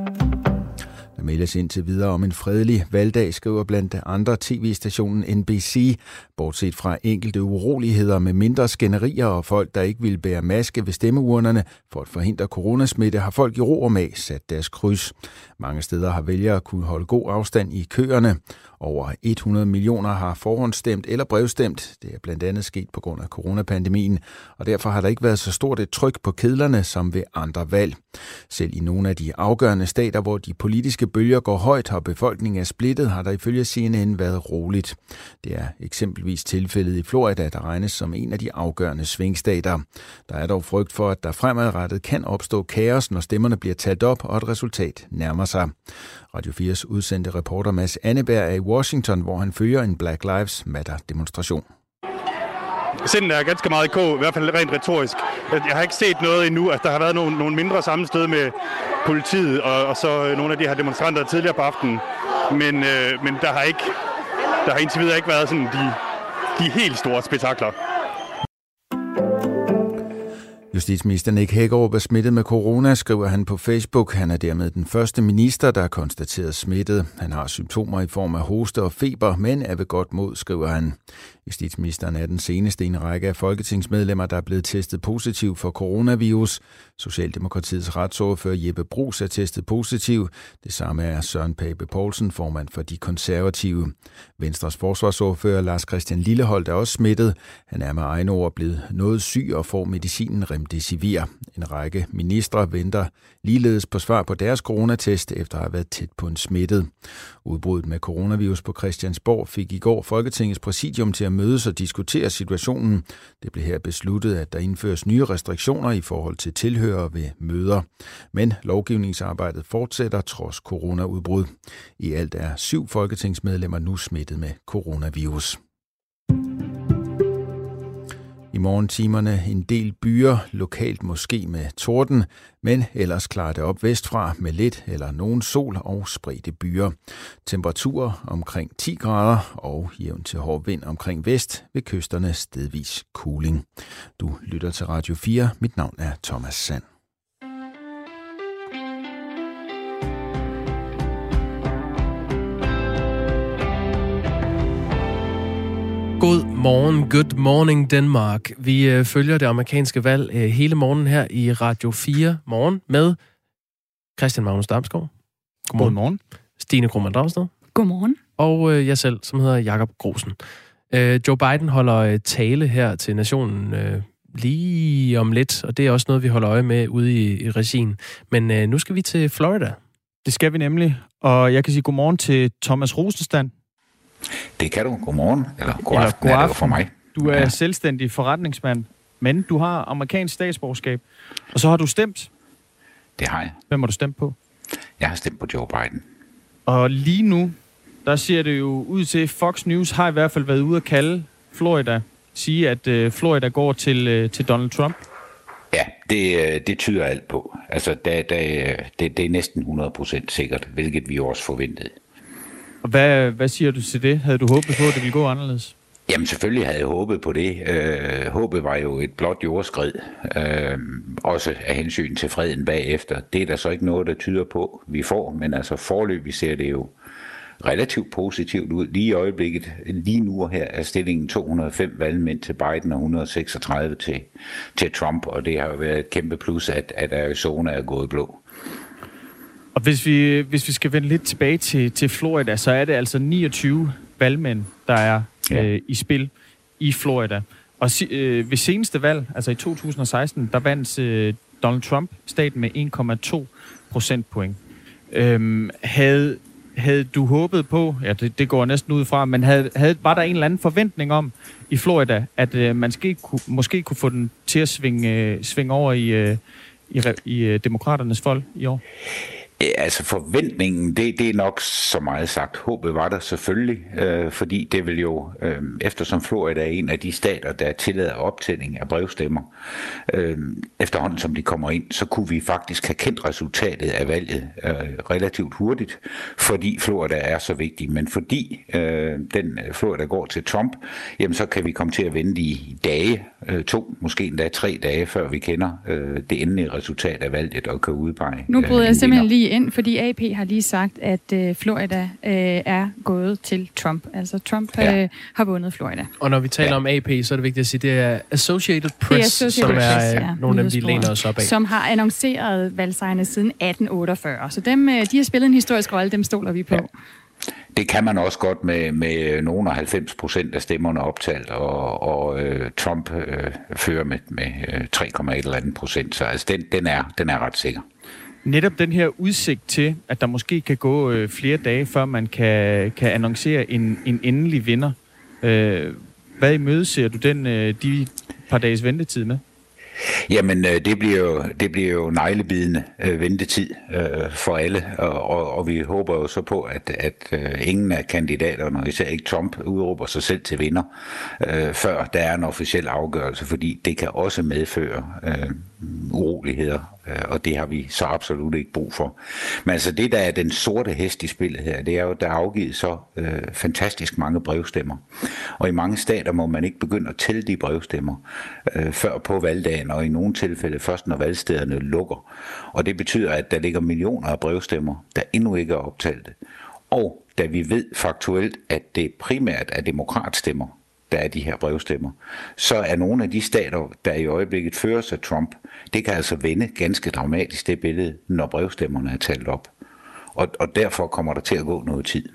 [SPEAKER 8] Der meldes indtil videre om en fredelig valgdag, skriver blandt andre tv-stationen NBC. Bortset fra enkelte uroligheder med mindre skænderier og folk, der ikke vil bære maske ved stemmeurnerne for at forhindre coronasmitte, har folk i ro og mag sat deres kryds. Mange steder har vælgere kunne holde god afstand i køerne. Over 100 millioner har forhåndsstemt eller brevstemt. Det er blandt andet sket på grund af coronapandemien, og derfor har der ikke været så stort et tryk på kedlerne som ved andre valg. Selv i nogle af de afgørende stater, hvor de politiske bølger går højt og befolkningen er splittet, har der ifølge CNN været roligt. Det er eksempelvis tilfældet i Florida, der regnes som en af de afgørende svingstater. Der er dog frygt for, at der fremadrettet kan opstå kaos, når stemmerne bliver talt op og et resultat nærmer sig. Radio 4's udsendte reporter Mads Anneberg er i Washington, hvor han følger en Black Lives Matter-demonstration.
[SPEAKER 4] Sindet er ganske meget i kog, i hvert fald rent retorisk. Jeg har ikke set noget endnu. Altså, der har været nogle mindre sammenstød med politiet og så nogle af de her demonstranter tidligere på aftenen. Men der har indtil videre ikke været sådan de helt store spektakler.
[SPEAKER 8] Justitsminister Nick Hækkerup er smittet med corona, skriver han på Facebook. Han er dermed den første minister, der er konstateret smittet. Han har symptomer i form af hoste og feber, men er ved godt mod, skriver han. Justitsministeren er den seneste i en række af folketingsmedlemmer, der er blevet testet positiv for coronavirus. Socialdemokratiets retsordfører Jeppe Bruus er testet positiv. Det samme er Søren Pape Poulsen, formand for De Konservative. Venstres forsvarsordfører Lars Christian Lilleholt er også smittet. Han er med egne ord blevet noget syg og får medicinen Remdesivir. En række ministre venter ligeledes på svar på deres coronatest, efter at have været tæt på en smittet. Udbruddet med coronavirus på Christiansborg fik i går Folketingets præsidium til at mødes og diskutere situationen. Det blev her besluttet, at der indføres nye restriktioner i forhold til tilhørere ved møder. Men lovgivningsarbejdet fortsætter trods coronaudbrud. I alt er 7 folketingsmedlemmer nu smittet med coronavirus. I morgentimerne en del byer, lokalt måske med torden, men ellers klarer det op vestfra med lidt eller nogen sol og spredte byer. Temperaturer omkring 10 grader og jævn til hård vind omkring vest, ved kysterne stedvis kuling. Du lytter til Radio 4. Mit navn er Thomas Sand.
[SPEAKER 2] Good morning Denmark. Vi følger det amerikanske valg hele morgenen her i Radio 4 morgen med Christian Magnus Damsgaard.
[SPEAKER 1] Godmorgen.
[SPEAKER 2] Stine Krohmann Dragsted.
[SPEAKER 3] Godmorgen.
[SPEAKER 2] Og jeg selv, som hedder Jakob Grosen. Joe Biden holder tale her til nationen lige om lidt, og det er også noget, vi holder øje med ude i regien. Men nu skal vi til Florida.
[SPEAKER 1] Det skal vi nemlig, og jeg kan sige godmorgen til Thomas Rosenstand.
[SPEAKER 9] Det kan du. Godmorgen, eller god aften er det jo for mig.
[SPEAKER 1] Du er selvstændig forretningsmand, men du har amerikansk statsborgerskab, og så har du stemt.
[SPEAKER 9] Det har jeg.
[SPEAKER 1] Hvem har du stemt på?
[SPEAKER 9] Jeg har stemt på Joe Biden.
[SPEAKER 1] Og lige nu, der ser det jo ud til, Fox News har i hvert fald været ude at kalde Florida, sige, at Florida går til Donald Trump.
[SPEAKER 9] Ja, det tyder alt det Altså, det er næsten 100% sikkert, hvilket vi også forventede.
[SPEAKER 1] Og hvad siger du til det? Havde du håbet på, at det ville gå anderledes?
[SPEAKER 9] Jamen, selvfølgelig havde jeg håbet på det. Håbet var jo et blåt jordskred, også af hensyn til freden bagefter. Det er der så ikke noget, der tyder på, vi får, men altså foreløbig ser det jo relativt positivt ud. Lige i øjeblikket, lige nu her, er stillingen 205 valgmænd til Biden og 136 til Trump, og det har jo været et kæmpe plus, at Arizona er gået blå.
[SPEAKER 1] Og hvis vi skal vende lidt tilbage til Florida, så er det altså 29 valgmænd, der er i spil i Florida. Og ved seneste valg, altså i 2016, der vandt Donald Trump staten med 1,2 procentpoint. Havde du håbet på, ja, det går næsten ud fra, men var der en eller anden forventning om i Florida, at man måske kunne få den til at svinge over i demokraternes fold i år?
[SPEAKER 9] Altså forventningen, det er nok så meget sagt. Håbet var der selvfølgelig, fordi det vil jo, eftersom Florida er en af de stater, der tillader optælling af brevstemmer, efterhånden som de kommer ind, så kunne vi faktisk have kendt resultatet af valget relativt hurtigt, fordi Florida er så vigtig. Men fordi den Florida går til Trump, jamen så kan vi komme til at vente i dage, 2, måske endda 3 dage, før vi kender det endelige resultat af valget og kan udpege.
[SPEAKER 3] Nu bryder jeg simpelthen lige ind, fordi AP har lige sagt, at Florida er gået til Trump. Altså Trump har vundet Florida.
[SPEAKER 2] Og når vi taler om AP, så er det vigtigt at sige, det er Associated Press, som er nogle af dem, vi læner os op af.
[SPEAKER 3] Som har annonceret valgsejrene siden 1848. Så dem, de har spillet en historisk rolle, dem stoler vi på. Ja.
[SPEAKER 9] Det kan man også godt med nogle af 90% af stemmerne optalt, og Trump fører med 3,1%, så altså den er ret sikker.
[SPEAKER 1] Netop den her udsigt til, at der måske kan gå flere dage, før man kan annoncere en endelig vinder. Hvad imødeser du de par dages ventetid med?
[SPEAKER 9] Jamen, det bliver jo neglebidende ventetid for alle, og vi håber jo så på, at ingen af kandidaterne, og især ikke Trump, udråber sig selv til vinder, før der er en officiel afgørelse, fordi det kan også medføre uroligheder, og det har vi så absolut ikke brug for. Men altså det, der er den sorte hest i spillet her, det er jo, der er afgivet så fantastisk mange brevstemmer. Og i mange stater må man ikke begynde at tælle de brevstemmer før på valgdagen, og i nogle tilfælde først, når valgstederne lukker. Og det betyder, at der ligger millioner af brevstemmer, der endnu ikke er optalte. Og da vi ved faktuelt, at det primært er demokratstemmer, der er de her brevstemmer, så er nogle af de stater, der i øjeblikket føres af Trump, det kan altså vende ganske dramatisk det billede, når brevstemmerne er talt op. Og derfor kommer der til at gå noget tid.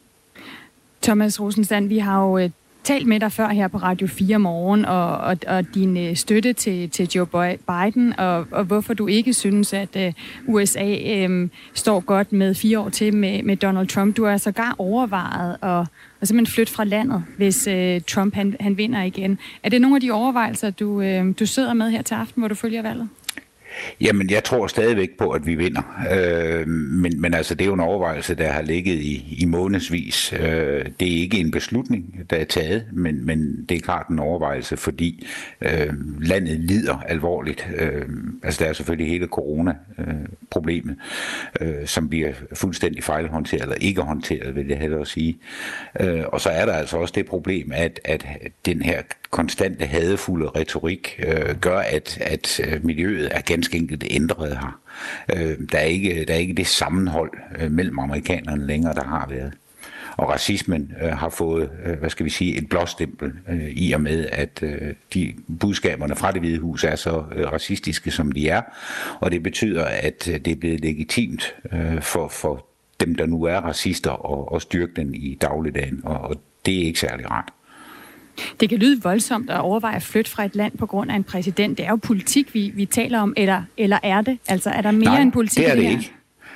[SPEAKER 3] Thomas Rosenstand, vi har jo talt med dig før her på Radio 4 morgen, og din støtte til Joe Biden, og hvorfor du ikke synes, at USA står godt med 4 år til med Donald Trump. Du har sågar overvejet at simpelthen flytte fra landet, hvis Trump han vinder igen. Er det nogle af de overvejelser, du sidder med her til aften, hvor du følger valget?
[SPEAKER 9] Jamen, jeg tror stadigvæk på, at vi vinder. Men altså, det er jo en overvejelse, der har ligget i månedsvis. Det er ikke en beslutning, der er taget, men det er klart en overvejelse, fordi landet lider alvorligt. Altså, der er selvfølgelig hele corona-problemet, som bliver fuldstændig fejlhåndteret, eller ikke håndteret, vil jeg hellere sige. Og så er der altså også det problem, at den her konstante hadefulde retorik gør, at miljøet er ganske enkelt ændret her. Der er ikke det sammenhold mellem amerikanerne længere, der har været. Og racismen har fået, et blåstempel i og med, at de budskaberne fra Det Hvide Hus er så racistiske, som de er. Og det betyder, at det er blevet legitimt for dem, der nu er racister, at styrke den i dagligdagen. Og det er ikke særlig rart.
[SPEAKER 3] Det kan lyde voldsomt at overveje at flytte fra et land på grund af en præsident. Det er jo politik, vi taler om, eller er det? Altså, er der mere end politik?
[SPEAKER 9] Det er det ikke.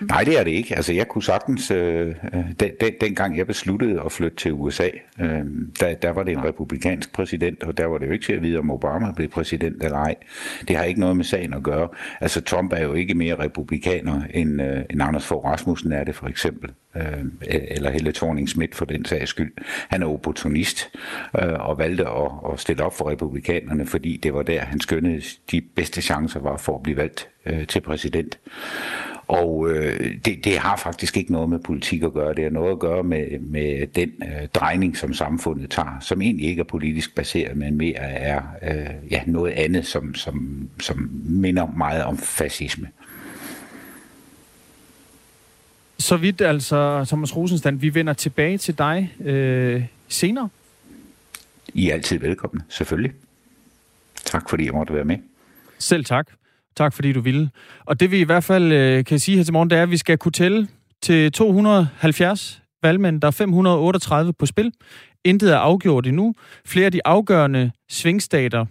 [SPEAKER 9] Nej, det er det ikke. Altså, jeg kunne sagtens... dengang jeg besluttede at flytte til USA, der var det en republikansk præsident, og der var det jo ikke til at vide, om Obama blev præsident eller ej. Det har ikke noget med sagen at gøre. Altså, Trump er jo ikke mere republikaner, end Anders Fogh Rasmussen er det, for eksempel. Eller Helle Thorning-Schmidt for den sags skyld. Han er opportunist og valgte at stille op for republikanerne, fordi det var der, han skønnede de bedste chancer var for at blive valgt til præsident. Og det har faktisk ikke noget med politik at gøre. Det har noget at gøre med den drejning, som samfundet tager, som egentlig ikke er politisk baseret, men mere er noget andet, som minder meget om fascisme.
[SPEAKER 1] Så vidt altså, Thomas Rosenstand, vi vender tilbage til dig senere.
[SPEAKER 9] I er altid velkommen, selvfølgelig. Tak fordi jeg måtte være med.
[SPEAKER 1] Selv tak. Tak fordi du ville. Og det vi i hvert fald kan sige her til morgen, det er, at vi skal kunne tælle til 270 valgmænd. Der er 538 på spil. Intet er afgjort endnu. Flere af de afgørende svingstater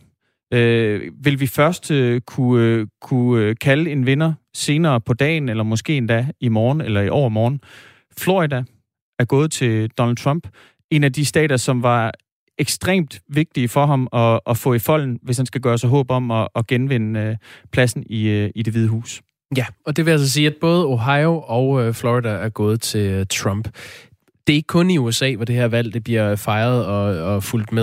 [SPEAKER 1] vil vi først kunne kalde en vinder senere på dagen, eller måske endda i morgen eller i overmorgen. Florida er gået til Donald Trump. En af de stater, som var ekstremt vigtige for ham at få i folden, hvis han skal gøre sig håb om at genvinde pladsen i Det Hvide Hus.
[SPEAKER 2] Ja, og det vil altså sige, at både Ohio og Florida er gået til Trump. Det er ikke kun i USA, hvor det her valg det bliver fejret og fulgt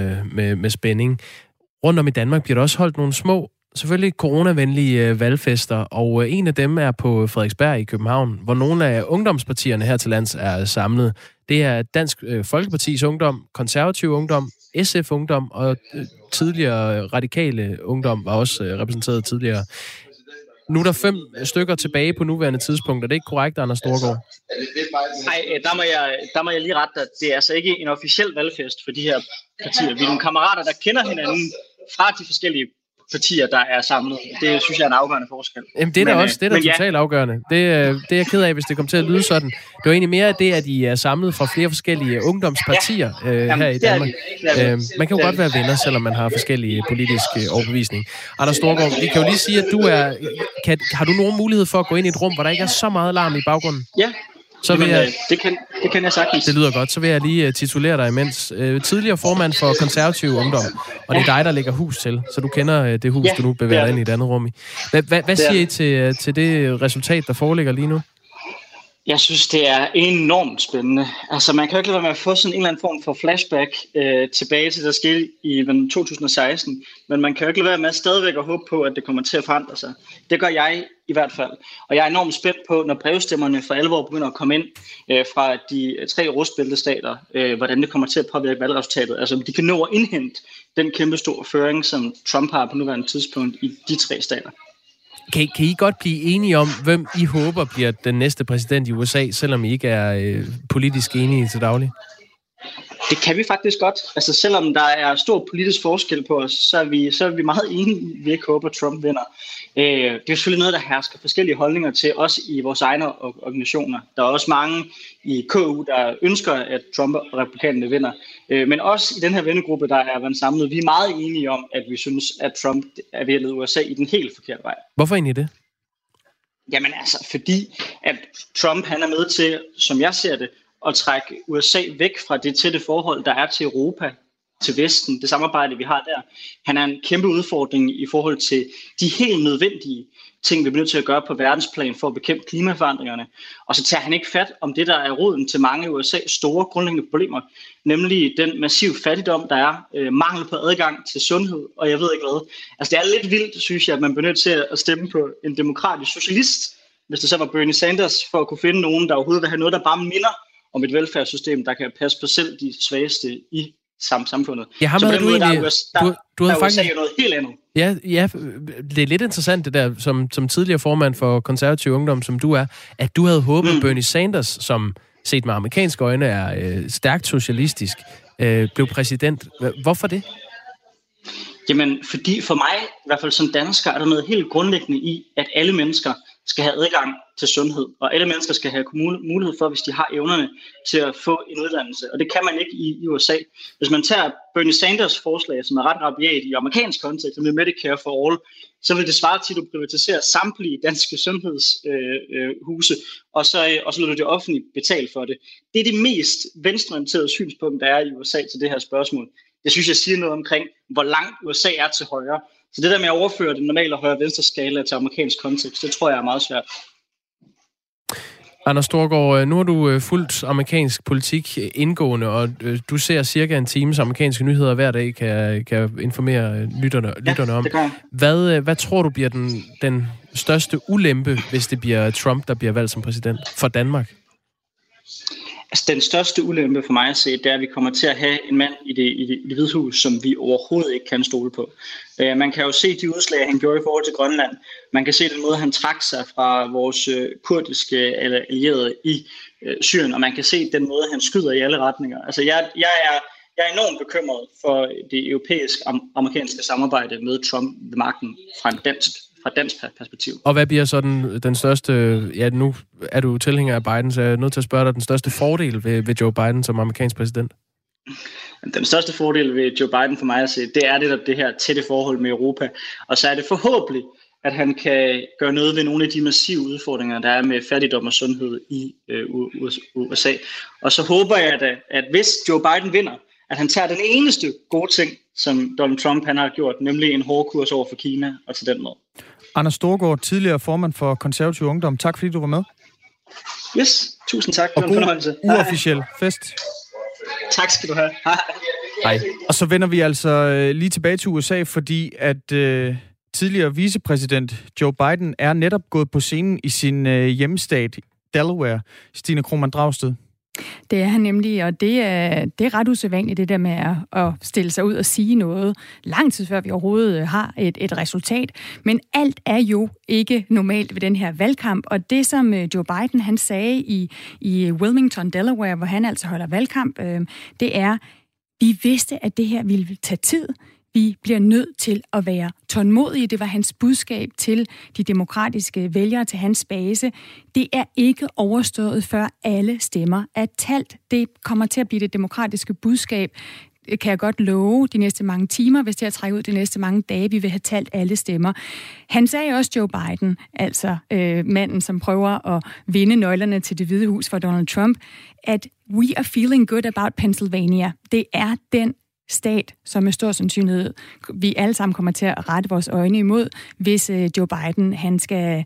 [SPEAKER 2] med spænding. Rundt om i Danmark bliver der også holdt nogle små, selvfølgelig coronavenlige valgfester, og en af dem er på Frederiksberg i København, hvor nogle af ungdomspartierne her til lands er samlet. Det er Dansk Folkepartis Ungdom, Konservativ Ungdom, SF Ungdom og tidligere Radikale Ungdom var også repræsenteret tidligere. Nu er der 5 stykker tilbage på nuværende tidspunkt. Er det ikke korrekt, Anders Storgård?
[SPEAKER 10] Nej, der må jeg lige rette dig. Det er altså ikke en officiel valgfest for de her partier. Vi er nogle kammerater, der kender hinanden fra de forskellige partier, der er samlet. Det synes jeg er en afgørende forskel.
[SPEAKER 2] Jamen, det er da også det, der er totalt afgørende. Det er jeg ked af, hvis det kommer til at lyde sådan. Det var egentlig mere det, at I er samlet fra flere forskellige ungdomspartier her i Danmark. Man kan jo godt være venner, selvom man har forskellige politiske overbevisning. Anders Storgård, vi kan jo lige sige, at du har du nogen mulighed for at gå ind i et rum, hvor der ikke er så meget larm i baggrunden?
[SPEAKER 10] Ja. Så vil det kan jeg sagtens.
[SPEAKER 2] Det lyder godt. Så vil jeg lige titulere dig imens. Tidligere formand for Konservativ Ungdom, og det er dig, der lægger hus til, så du kender det hus, du nu bevæger dig ind i et andet rum i. Hvad siger I til det resultat, der foreligger lige nu?
[SPEAKER 10] Jeg synes, det er enormt spændende. Altså, man kan jo ikke lade være med at få sådan en eller anden form for flashback tilbage til, der skete i 2016. Men man kan jo ikke lade være med stadigvæk at håbe på, at det kommer til at forandre sig. Det gør jeg i hvert fald. Og jeg er enormt spændt på, når brevstemmerne for alvor begynder at komme ind fra de 3 rustbæltestater, hvordan det kommer til at påvirke valgresultatet. Altså, om de kan nå at indhente den kæmpe store føring, som Trump har på nuværende tidspunkt i de 3 stater.
[SPEAKER 2] Kan I godt blive enige om, hvem I håber bliver den næste præsident i USA, selvom I ikke er politisk enige til daglig?
[SPEAKER 10] Det kan vi faktisk godt. Altså selvom der er stor politisk forskel på os, så er vi meget enige, vi ikke håber, at Trump vinder. Det er selvfølgelig noget, der hersker forskellige holdninger til, også i vores egne organisationer. Der er også mange i KU, der ønsker, at Trump og republikanerne vinder. Men også i den her vennegruppe, der er været samlet, vi er meget enige om, at vi synes, at Trump er ved at lede USA i den helt forkerte vej.
[SPEAKER 2] Hvorfor egentlig det?
[SPEAKER 10] Jamen altså, fordi at Trump han er med til, som jeg ser det, at trække USA væk fra det tætte forhold, der er til Europa, til Vesten, det samarbejde, vi har der. Han er en kæmpe udfordring i forhold til de helt nødvendige ting, vi bliver nødt til at gøre på verdensplan for at bekæmpe klimaforandringerne. Og så tager han ikke fat om det, der er roden til mange af USA's store grundlæggende problemer, nemlig den massive fattigdom, der er, mangel på adgang til sundhed, og jeg ved ikke hvad. Altså det er lidt vildt, synes jeg, at man bliver nødt til at stemme på en demokratisk socialist, hvis det så var Bernie Sanders, for at kunne finde nogen, der overhovedet vil have noget, der bare minder om et velfærdssystem, der kan passe på selv de svageste i samfundet.
[SPEAKER 2] Ja,
[SPEAKER 10] så på den måde, der er
[SPEAKER 2] faktisk
[SPEAKER 10] USA jo noget helt andet.
[SPEAKER 2] Ja, det er lidt interessant det der, som tidligere formand for Konservativ Ungdom, som du er, at du havde håbet, Bernie Sanders, som set med amerikanske øjne er stærkt socialistisk, blev præsident. Hvorfor det?
[SPEAKER 10] Jamen, fordi for mig, i hvert fald som dansker, er der noget helt grundlæggende i, at alle mennesker skal have adgang til sundhed, og alle mennesker skal have mulighed for, hvis de har evnerne til at få en uddannelse. Og det kan man ikke i USA. Hvis man tager Bernie Sanders forslag, som er ret rabiat i amerikansk kontekst, som er Medicare for All, så vil det svare til, at du privatiserer samtlige danske sundhedshuse, og så lader du det offentligt betale for det. Det er det mest venstreorienterede synspunkt, der er i USA til det her spørgsmål. Det synes jeg siger noget omkring, hvor langt USA er til højre. Så det der med at overføre den normale højre-venstre skala til amerikansk kontekst, det tror jeg er meget svært.
[SPEAKER 2] Anders Storgård, nu har du fulgt amerikansk politik indgående, og du ser cirka en times amerikanske nyheder hver dag, kan informere lytterne om. Hvad tror du bliver den største ulempe, hvis det bliver Trump, der bliver valgt som præsident for Danmark?
[SPEAKER 10] Altså, den største ulempe for mig at se, det er, at vi kommer til at have en mand i det Hvide Hus, som vi overhovedet ikke kan stole på. Man kan jo se de udslag, han gjorde i forhold til Grønland. Man kan se den måde, han trak sig fra vores kurdiske allierede i Syrien, og man kan se den måde, han skyder i alle retninger. Altså, jeg er enormt bekymret for det europæisk-amerikanske samarbejde med Trump ved magten fra dansk perspektiv.
[SPEAKER 2] Og hvad bliver så den største, nu er du tilhænger af Biden, så jeg er nødt til at spørge dig, den største fordel ved Joe Biden som amerikansk præsident?
[SPEAKER 10] Den største fordel ved Joe Biden for mig at se, det er det her tætte forhold med Europa. Og så er det forhåbentlig, at han kan gøre noget ved nogle af de massive udfordringer, der er med fattigdom og sundhed i USA. Og så håber jeg da, at hvis Joe Biden vinder, at han tager den eneste gode ting, som Donald Trump han har gjort, nemlig en hård kurs over for Kina og til den måde.
[SPEAKER 1] Anders Storgård, tidligere formand for Konservativ Ungdom. Tak fordi du var med.
[SPEAKER 10] Yes, tusind tak.
[SPEAKER 1] Og god uofficiel fest.
[SPEAKER 10] Tak skal du have.
[SPEAKER 1] Hej. Og så vender vi altså lige tilbage til USA, fordi at tidligere vicepræsident Joe Biden er netop gået på scenen i sin hjemstat Delaware. Stine Krohmann Dragsted.
[SPEAKER 3] Det er han nemlig, og det er ret usædvanligt, det der med at stille sig ud og sige noget lang tid før vi overhovedet har et resultat. Men alt er jo ikke normalt ved den her valgkamp, og det som Joe Biden han sagde i Wilmington, Delaware, hvor han altså holder valgkamp, det er, vi vidste, at det her ville tage tid. Vi bliver nødt til at være tålmodige. Det var hans budskab til de demokratiske vælgere, til hans base. Det er ikke overstået, før alle stemmer er talt. Det kommer til at blive det demokratiske budskab, kan jeg godt love, de næste mange timer, hvis det er trækket ud de næste mange dage. Vi vil have talt alle stemmer. Han sagde også, Joe Biden, altså manden, som prøver at vinde nøglerne til Det Hvide Hus for Donald Trump, at we are feeling good about Pennsylvania. Det er den stat, som med stor sandsynlighed vi alle sammen kommer til at rette vores øjne imod, hvis Joe Biden han skal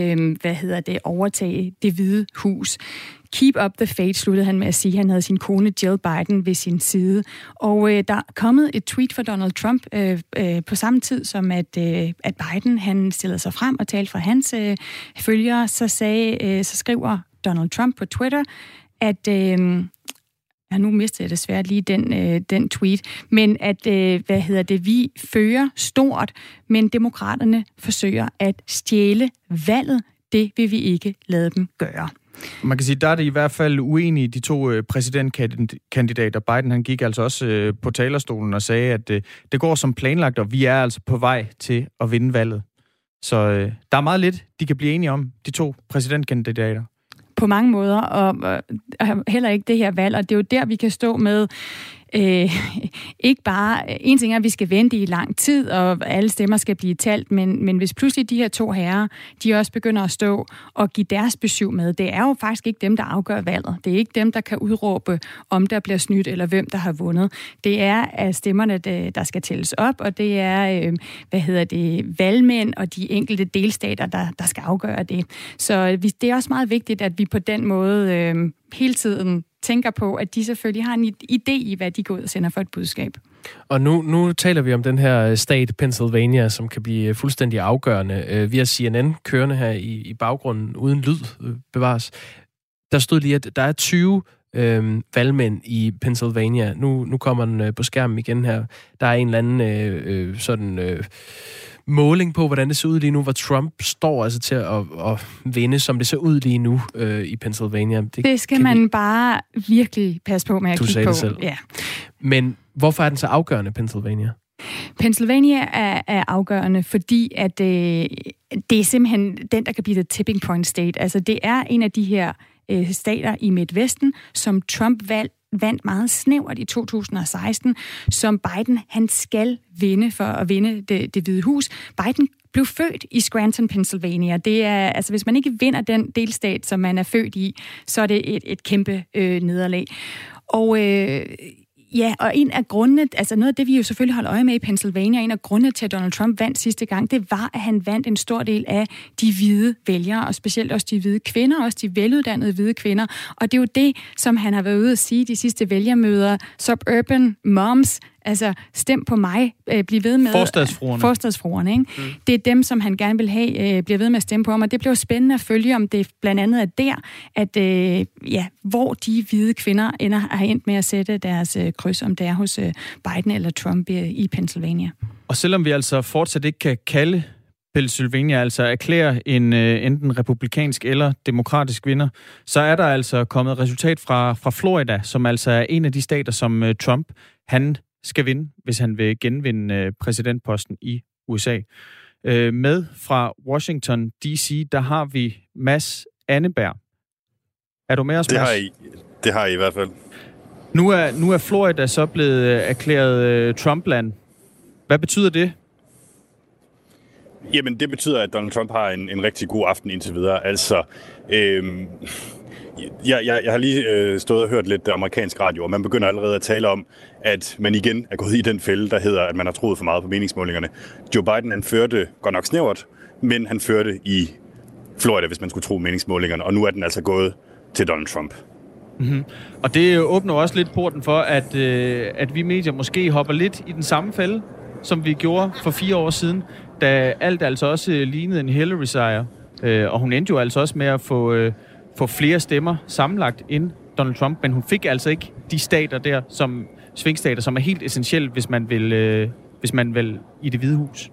[SPEAKER 3] overtage Det Hvide Hus. Keep up the faith, sluttede han med at sige. Han havde sin kone Jill Biden ved sin side. Og der er kommet et tweet fra Donald Trump på samme tid, som at Biden han stillede sig frem og talte fra hans følgere. Så skriver Donald Trump på Twitter, at nu mister jeg desværre lige den tweet, men at vi fører stort, men demokraterne forsøger at stjæle valget. Det vil vi ikke lade dem gøre.
[SPEAKER 1] Man kan sige, der er det i hvert fald uenige, de to præsidentkandidater. Biden han gik altså også på talerstolen og sagde, at det går som planlagt, og vi er altså på vej til at vinde valget. Så der er meget lidt, de kan blive enige om, de to præsidentkandidater.
[SPEAKER 3] På mange måder, og heller ikke det her valg, og det er jo der, vi kan stå med ikke bare, en ting er, at vi skal vente i lang tid, og alle stemmer skal blive talt, men hvis pludselig de her to herrer, de også begynder at stå og give deres besyv med, det er jo faktisk ikke dem, der afgør valget. Det er ikke dem, der kan udråbe, om der bliver snydt, eller hvem der har vundet. Det er stemmerne, der skal tælles op, og det er, valgmænd og de enkelte delstater, der skal afgøre det. Så det er også meget vigtigt, at vi på den måde hele tiden tænker på, at de selvfølgelig har en idé i, hvad de går ud og sender for et budskab.
[SPEAKER 2] Og nu taler vi om den her stat, Pennsylvania, som kan blive fuldstændig afgørende. Vi har CNN kørende her i baggrunden, uden lyd bevares. Der stod lige, at der er 20 valgmænd i Pennsylvania. Nu kommer den på skærmen igen her. Der er en eller anden måling på, hvordan det ser ud lige nu, hvor Trump står altså til at vinde, som det ser ud lige nu i Pennsylvania.
[SPEAKER 3] Det skal man bare virkelig passe på med at kigge på.
[SPEAKER 2] Du sagde det selv.
[SPEAKER 3] Ja.
[SPEAKER 2] Men hvorfor er den så afgørende, Pennsylvania?
[SPEAKER 3] Pennsylvania er afgørende, fordi at det er simpelthen den, der kan blive the tipping point state. Altså det er en af de her stater i Midtvesten, som Trump vandt meget snævert i 2016, som Biden han skal vinde for at vinde det Hvide Hus. Biden blev født i Scranton, Pennsylvania. Det er, altså hvis man ikke vinder den delstat, som man er født i, så er det et kæmpe nederlag. Og og en af grundene, altså noget af det, vi jo selvfølgelig holder øje med i Pennsylvania, en af grundene til, at Donald Trump vandt sidste gang, det var, at han vandt en stor del af de hvide vælgere, og specielt også de hvide kvinder, også de veluddannede hvide kvinder. Og det er jo det, som han har været ude at sige de sidste vælgermøder. Suburban moms, altså stem på mig, bliv ved med... Forstadsfruerne, ikke? Mm. Det er dem, som han gerne vil have, bliver ved med at stemme på ham, og det bliver spændende at følge, om det blandt andet er der, at hvor de hvide kvinder har endt med at sætte deres kryds, om det er hos Biden eller Trump i Pennsylvania. Og
[SPEAKER 1] selvom vi altså fortsat ikke kan kalde Pennsylvania, altså erklære en enten republikansk eller demokratisk vinder, så er der altså kommet resultat fra Florida, som altså er en af de stater, som Trump, han skal vinde, hvis han vil genvinde præsidentposten i USA. Med fra Washington D.C., der har vi Mads Anneberg. Er du med os, Mads?
[SPEAKER 11] Det har I hvert fald.
[SPEAKER 1] Nu er Florida så blevet erklæret Trumpland. Hvad betyder det?
[SPEAKER 11] Jamen, det betyder, at Donald Trump har en rigtig god aften indtil videre. Altså, jeg har lige stået og hørt lidt amerikansk radio, og man begynder allerede at tale om, at man igen er gået i den fælde, der hedder, at man har troet for meget på meningsmålingerne. Joe Biden, han førte godt nok snævert, men han førte i Florida, hvis man skulle tro meningsmålingerne, og nu er den altså gået til Donald Trump.
[SPEAKER 1] Mm-hmm. Og det åbner også lidt porten for, at vi medier måske hopper lidt i den samme fælde, som vi gjorde for 4 år siden, da alt altså også lignede en Hillary-sejr. Og hun endte jo altså også med at få flere stemmer sammenlagt end Donald Trump, men hun fik altså ikke de stater der, som svingstater, som er helt essentielle, hvis man vil i Det Hvide Hus.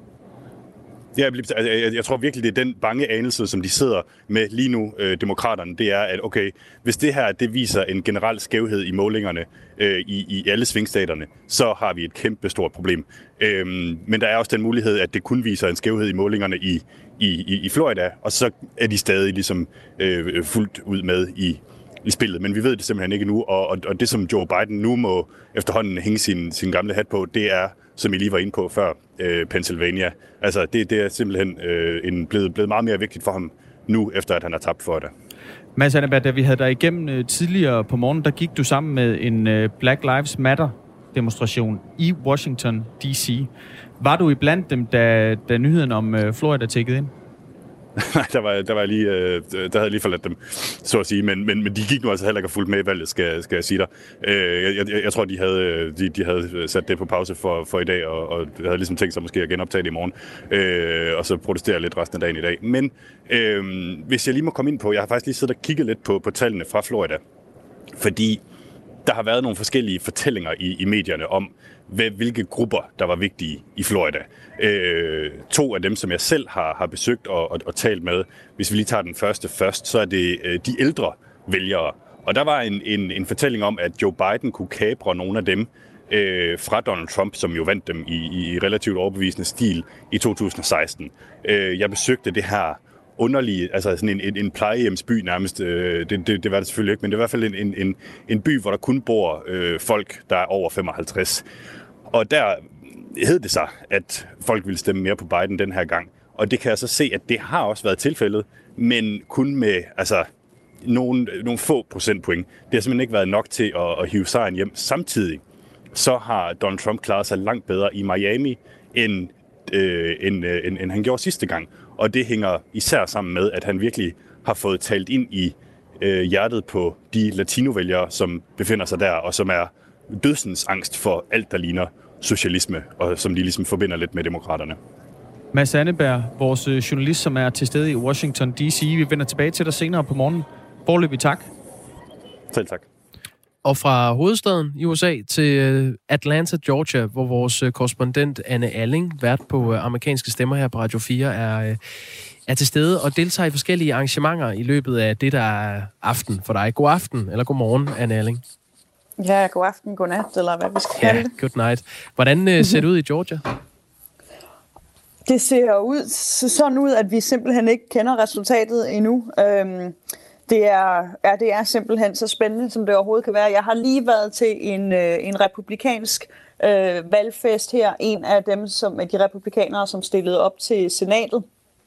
[SPEAKER 11] Jeg tror virkelig, det er den bange anelse, som de sidder med lige nu, demokraterne, det er, at okay, hvis det her, det viser en generel skævhed i målingerne i alle svingstaterne, så har vi et kæmpe stort problem. Men der er også den mulighed, at det kun viser en skævhed i målingerne i Florida, og så er de stadig ligesom fuldt ud med i spillet. Men vi ved det simpelthen ikke nu, og det, som Joe Biden nu må efterhånden hænge sin gamle hat på, det er, som I lige var inde på før, Pennsylvania. Altså, det er simpelthen blevet meget mere vigtigt for ham nu, efter at han har tabt for det.
[SPEAKER 1] Mads Anneberg, da vi havde dig igennem tidligere på morgen, der gik du sammen med en Black Lives Matter-demonstration i Washington D.C. Var du iblandt dem, da nyheden om Florida tækkede ind?
[SPEAKER 11] Nej, der havde jeg lige forladt dem, så at sige, men de gik nu altså heller ikke og fulgt med i valget, skal jeg sige dig. Jeg tror, de havde sat det på pause for i dag, og havde ligesom tænkt sig måske at genoptage det i morgen, og så protestere lidt resten af dagen i dag. Men hvis jeg lige må komme ind på, jeg har faktisk lige siddet og kigget lidt på tallene fra Florida, fordi der har været nogle forskellige fortællinger i medierne om, hvilke grupper, der var vigtige i Florida. 2 af dem, som jeg selv har besøgt og talt med, hvis vi lige tager den første først, så er det de ældre vælgere. Og der var en fortælling om, at Joe Biden kunne kapre nogle af dem fra Donald Trump, som jo vandt dem i relativt overbevisende stil i 2016. Jeg besøgte det her underlige, altså sådan en plejehjemsby nærmest. Det var det selvfølgelig ikke, men det er i hvert fald en by, hvor der kun bor folk, der er over 55. Og der hed det sig, at folk ville stemme mere på Biden den her gang. Og det kan jeg så se, at det har også været tilfældet, men kun med nogle få procentpoint. Det har simpelthen ikke været nok til at hive sejren hjem. Samtidig så har Donald Trump klaret sig langt bedre i Miami, end han gjorde sidste gang. Og det hænger især sammen med, at han virkelig har fået talt ind i hjertet på de latinovælgere, som befinder sig der, og som er dødsens angst for alt, der ligner socialisme, og som de ligesom forbinder lidt med demokraterne.
[SPEAKER 1] Mads Anneberg, vores journalist, som er til stede i Washington D.C. Vi vender tilbage til dig senere på morgenen. Foreløbig tak.
[SPEAKER 11] Selv tak.
[SPEAKER 2] Og fra hovedstaden i USA til Atlanta, Georgia, hvor vores korrespondent Anne Alling, vært på amerikanske stemmer her på Radio 4, er til stede og deltager i forskellige arrangementer i løbet af det, der er aften for dig. God aften, eller god morgen, Anne Alling.
[SPEAKER 12] Ja, god aften, god nat, eller hvad vi skal kalde det.
[SPEAKER 2] Good night. Hvordan ser det ud i Georgia?
[SPEAKER 12] Det ser sådan ud, at vi simpelthen ikke kender resultatet endnu. Det er simpelthen så spændende, som det overhovedet kan være. Jeg har lige været til en republikansk valgfest her. En af dem, som er de republikanere, som stillede op til senatet.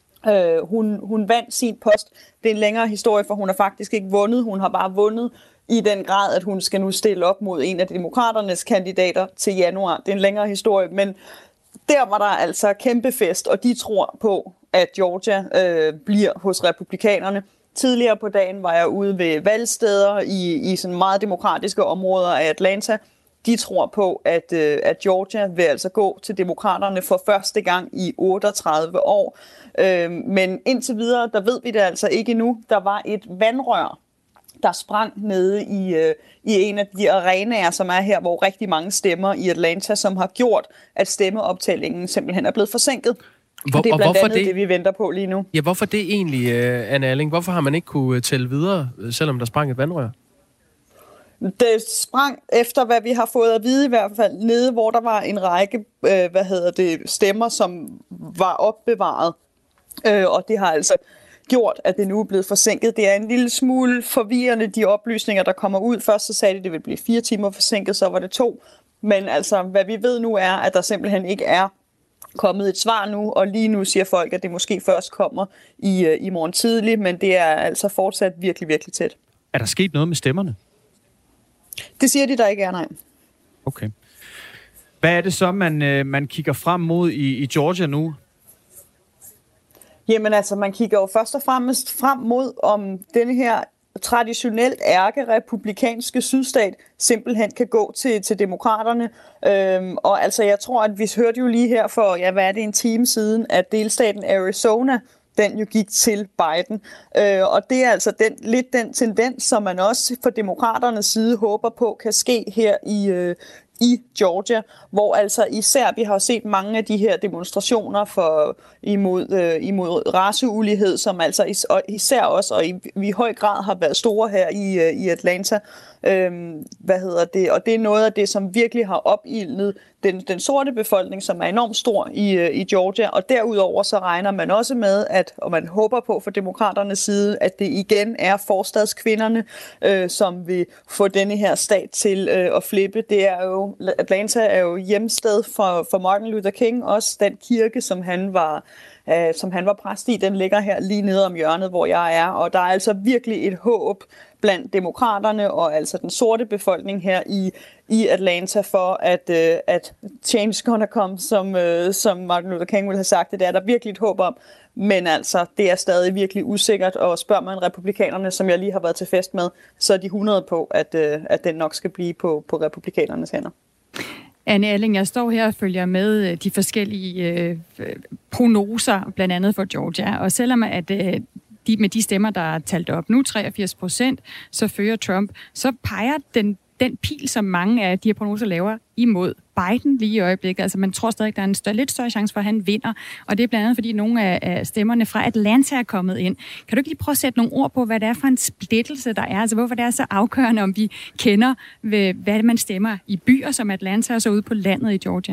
[SPEAKER 12] Hun vandt sin post. Det er en længere historie, for hun har faktisk ikke vundet. Hun har bare vundet i den grad, at hun skal nu stille op mod en af demokraternes kandidater til januar. Det er en længere historie, men der var der altså kæmpe fest, og de tror på, at Georgia bliver hos republikanerne. Tidligere på dagen var jeg ude ved valgsteder i sådan meget demokratiske områder af Atlanta. De tror på, at Georgia vil altså gå til demokraterne for første gang i 38 år. Men indtil videre, der ved vi det altså ikke endnu. Der var et vandrør, der sprang nede i en af de arenaer, som er her, hvor rigtig mange stemmer i Atlanta, som har gjort, at stemmeoptællingen simpelthen er blevet forsinket. Og det er blandt andet det, vi venter på lige nu.
[SPEAKER 2] Ja, hvorfor det egentlig, Anne Alling? Hvorfor har man ikke kunne tælle videre, selvom der sprang et vandrør?
[SPEAKER 12] Det sprang efter, hvad vi har fået at vide i hvert fald, nede hvor der var en række stemmer, som var opbevaret. Og det har altså gjort, at det nu er blevet forsinket. Det er en lille smule forvirrende, de oplysninger, der kommer ud. Først så sagde de, at det ville blive 4 timer forsinket, så var det 2. Men altså, hvad vi ved nu er, at der simpelthen ikke er kommet et svar nu, og lige nu siger folk, at det måske først kommer i morgen tidlig, men det er altså fortsat virkelig, virkelig tæt.
[SPEAKER 1] Er der sket noget med stemmerne?
[SPEAKER 12] Det siger de, der ikke er, nej.
[SPEAKER 1] Okay. Hvad er det så, man kigger frem mod i Georgia nu?
[SPEAKER 12] Jamen altså, man kigger jo først og fremmest frem mod, om denne her traditionelt ærkerepublikanske sydstat simpelthen kan gå til demokraterne. Og altså, jeg tror, at vi hørte jo lige her for, hvad er det, en time siden, at delstaten Arizona, den jo gik til Biden. Og det er altså lidt den tendens, som man også fra demokraternes side håber på, kan ske her i Georgia, hvor altså især vi har set mange af de her demonstrationer imod raceulighed, som altså især også og i høj grad har været store her i Atlanta. Og det er noget af det, som virkelig har opildnet den sorte befolkning, som er enormt stor i Georgia, og derudover så regner man også med, og man håber på fra demokraternes side, at det igen er forstadskvinderne, som vil få denne her stat til at flippe. Atlanta er jo hjemsted for Martin Luther King, også den kirke, som han var præst i, den ligger her lige nede om hjørnet, hvor jeg er, og der er altså virkelig et håb blandt demokraterne og altså den sorte befolkning her i Atlanta for, at change gonna come, som Martin Luther King ville have sagt. Det er der virkelig et håb om, men altså, det er stadig virkelig usikkert, og spørger man republikanerne, som jeg lige har været til fest med, så er de 100 på, at den nok skal blive på republikanernes hænder.
[SPEAKER 3] Anne Alling, jeg står her og følger med de forskellige prognoser, blandt andet for Georgia, og selvom at med de stemmer, der er talt op nu, 83%, så fører Trump, så peger den pil, som mange af de her prognoser laver, imod Biden lige i øjeblikket. Altså man tror stadig, der er en lidt større chance for, at han vinder, og det er blandt andet, fordi nogle af stemmerne fra Atlanta er kommet ind. Kan du ikke lige prøve at sætte nogle ord på, hvad det er for en splittelse, der er? Altså hvorfor det er så afgørende, om vi kender, hvad man stemmer i byer som Atlanta, og så ude på landet i Georgia?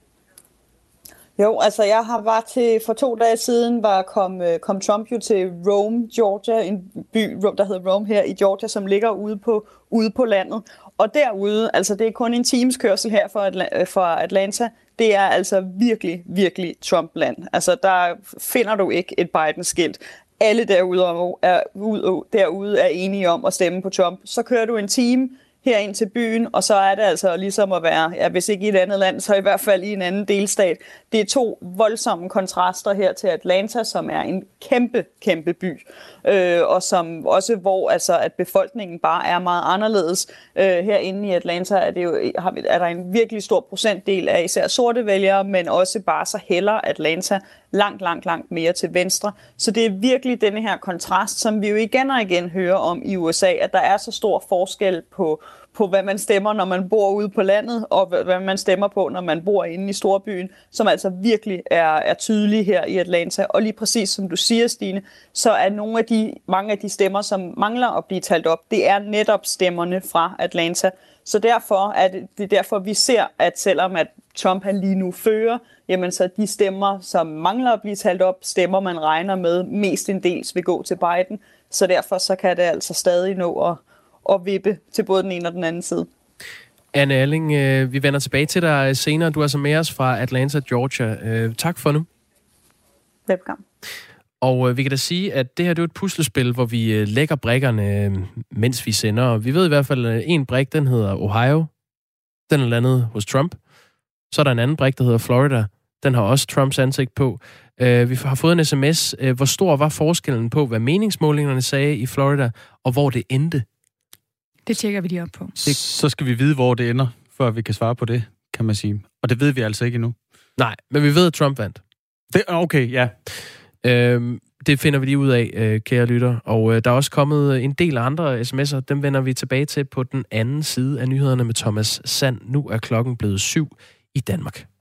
[SPEAKER 12] Jo, altså jeg for 2 dage siden kom Trump jo til Rome, Georgia, en by, der hedder Rome her i Georgia, som ligger ude på landet. Og derude, altså det er kun en times kørsel her fra Atlanta, det er altså virkelig, virkelig Trump-land. Altså der finder du ikke et Biden-skilt. Alle derude er enige om at stemme på Trump. Så kører du en time herind til byen, og så er det altså ligesom at være, hvis ikke i et andet land, så i hvert fald i en anden delstat. Det er 2 voldsomme kontraster her til Atlanta, som er en kæmpe, kæmpe by, og som også, hvor altså, at befolkningen bare er meget anderledes. Herinde i Atlanta er der en virkelig stor procentdel af især sorte vælgere, men også bare så hælder Atlanta langt mere til venstre. Så det er virkelig denne her kontrast, som vi jo igen og igen hører om i USA, at der er så stor forskel på hvad man stemmer, når man bor ude på landet, og hvad man stemmer på, når man bor inde i storbyen, som altså virkelig er tydelige her i Atlanta. Og lige præcis som du siger, Stine, så er mange af de stemmer, som mangler at blive talt op, det er netop stemmerne fra Atlanta. Så derfor er det derfor, vi ser, at selvom at Trump han lige nu fører, jamen så de stemmer, som mangler at blive talt op, stemmer man regner med mestendels vil gå til Biden. Så derfor så kan det altså stadig nå at vippe til både den ene og den anden side.
[SPEAKER 2] Anne Alling, vi vender tilbage til dig senere. Du er så med os fra Atlanta, Georgia. Tak for nu.
[SPEAKER 12] Velkommen.
[SPEAKER 2] Og vi kan da sige, at det her det er et puslespil, hvor vi lægger brikkerne, mens vi sender. Vi ved i hvert fald, at en brik, den hedder Ohio. Den er landet hos Trump. Så er der en anden brik, der hedder Florida. Den har også Trumps ansigt på. Vi har fået en sms. Hvor stor var forskellen på, hvad meningsmålingerne sagde i Florida, og hvor det endte?
[SPEAKER 3] Det tjekker vi lige op på.
[SPEAKER 1] Så skal vi vide, hvor det ender, før vi kan svare på det, kan man sige. Og det ved vi altså ikke endnu.
[SPEAKER 2] Nej, men vi ved, at Trump vandt.
[SPEAKER 1] Okay, ja.
[SPEAKER 2] Det finder vi lige ud af, kære lytter. Og der er også kommet en del andre sms'er. Dem vender vi tilbage til på den anden side af nyhederne med Thomas Sand. Nu er klokken blevet 7 i Danmark.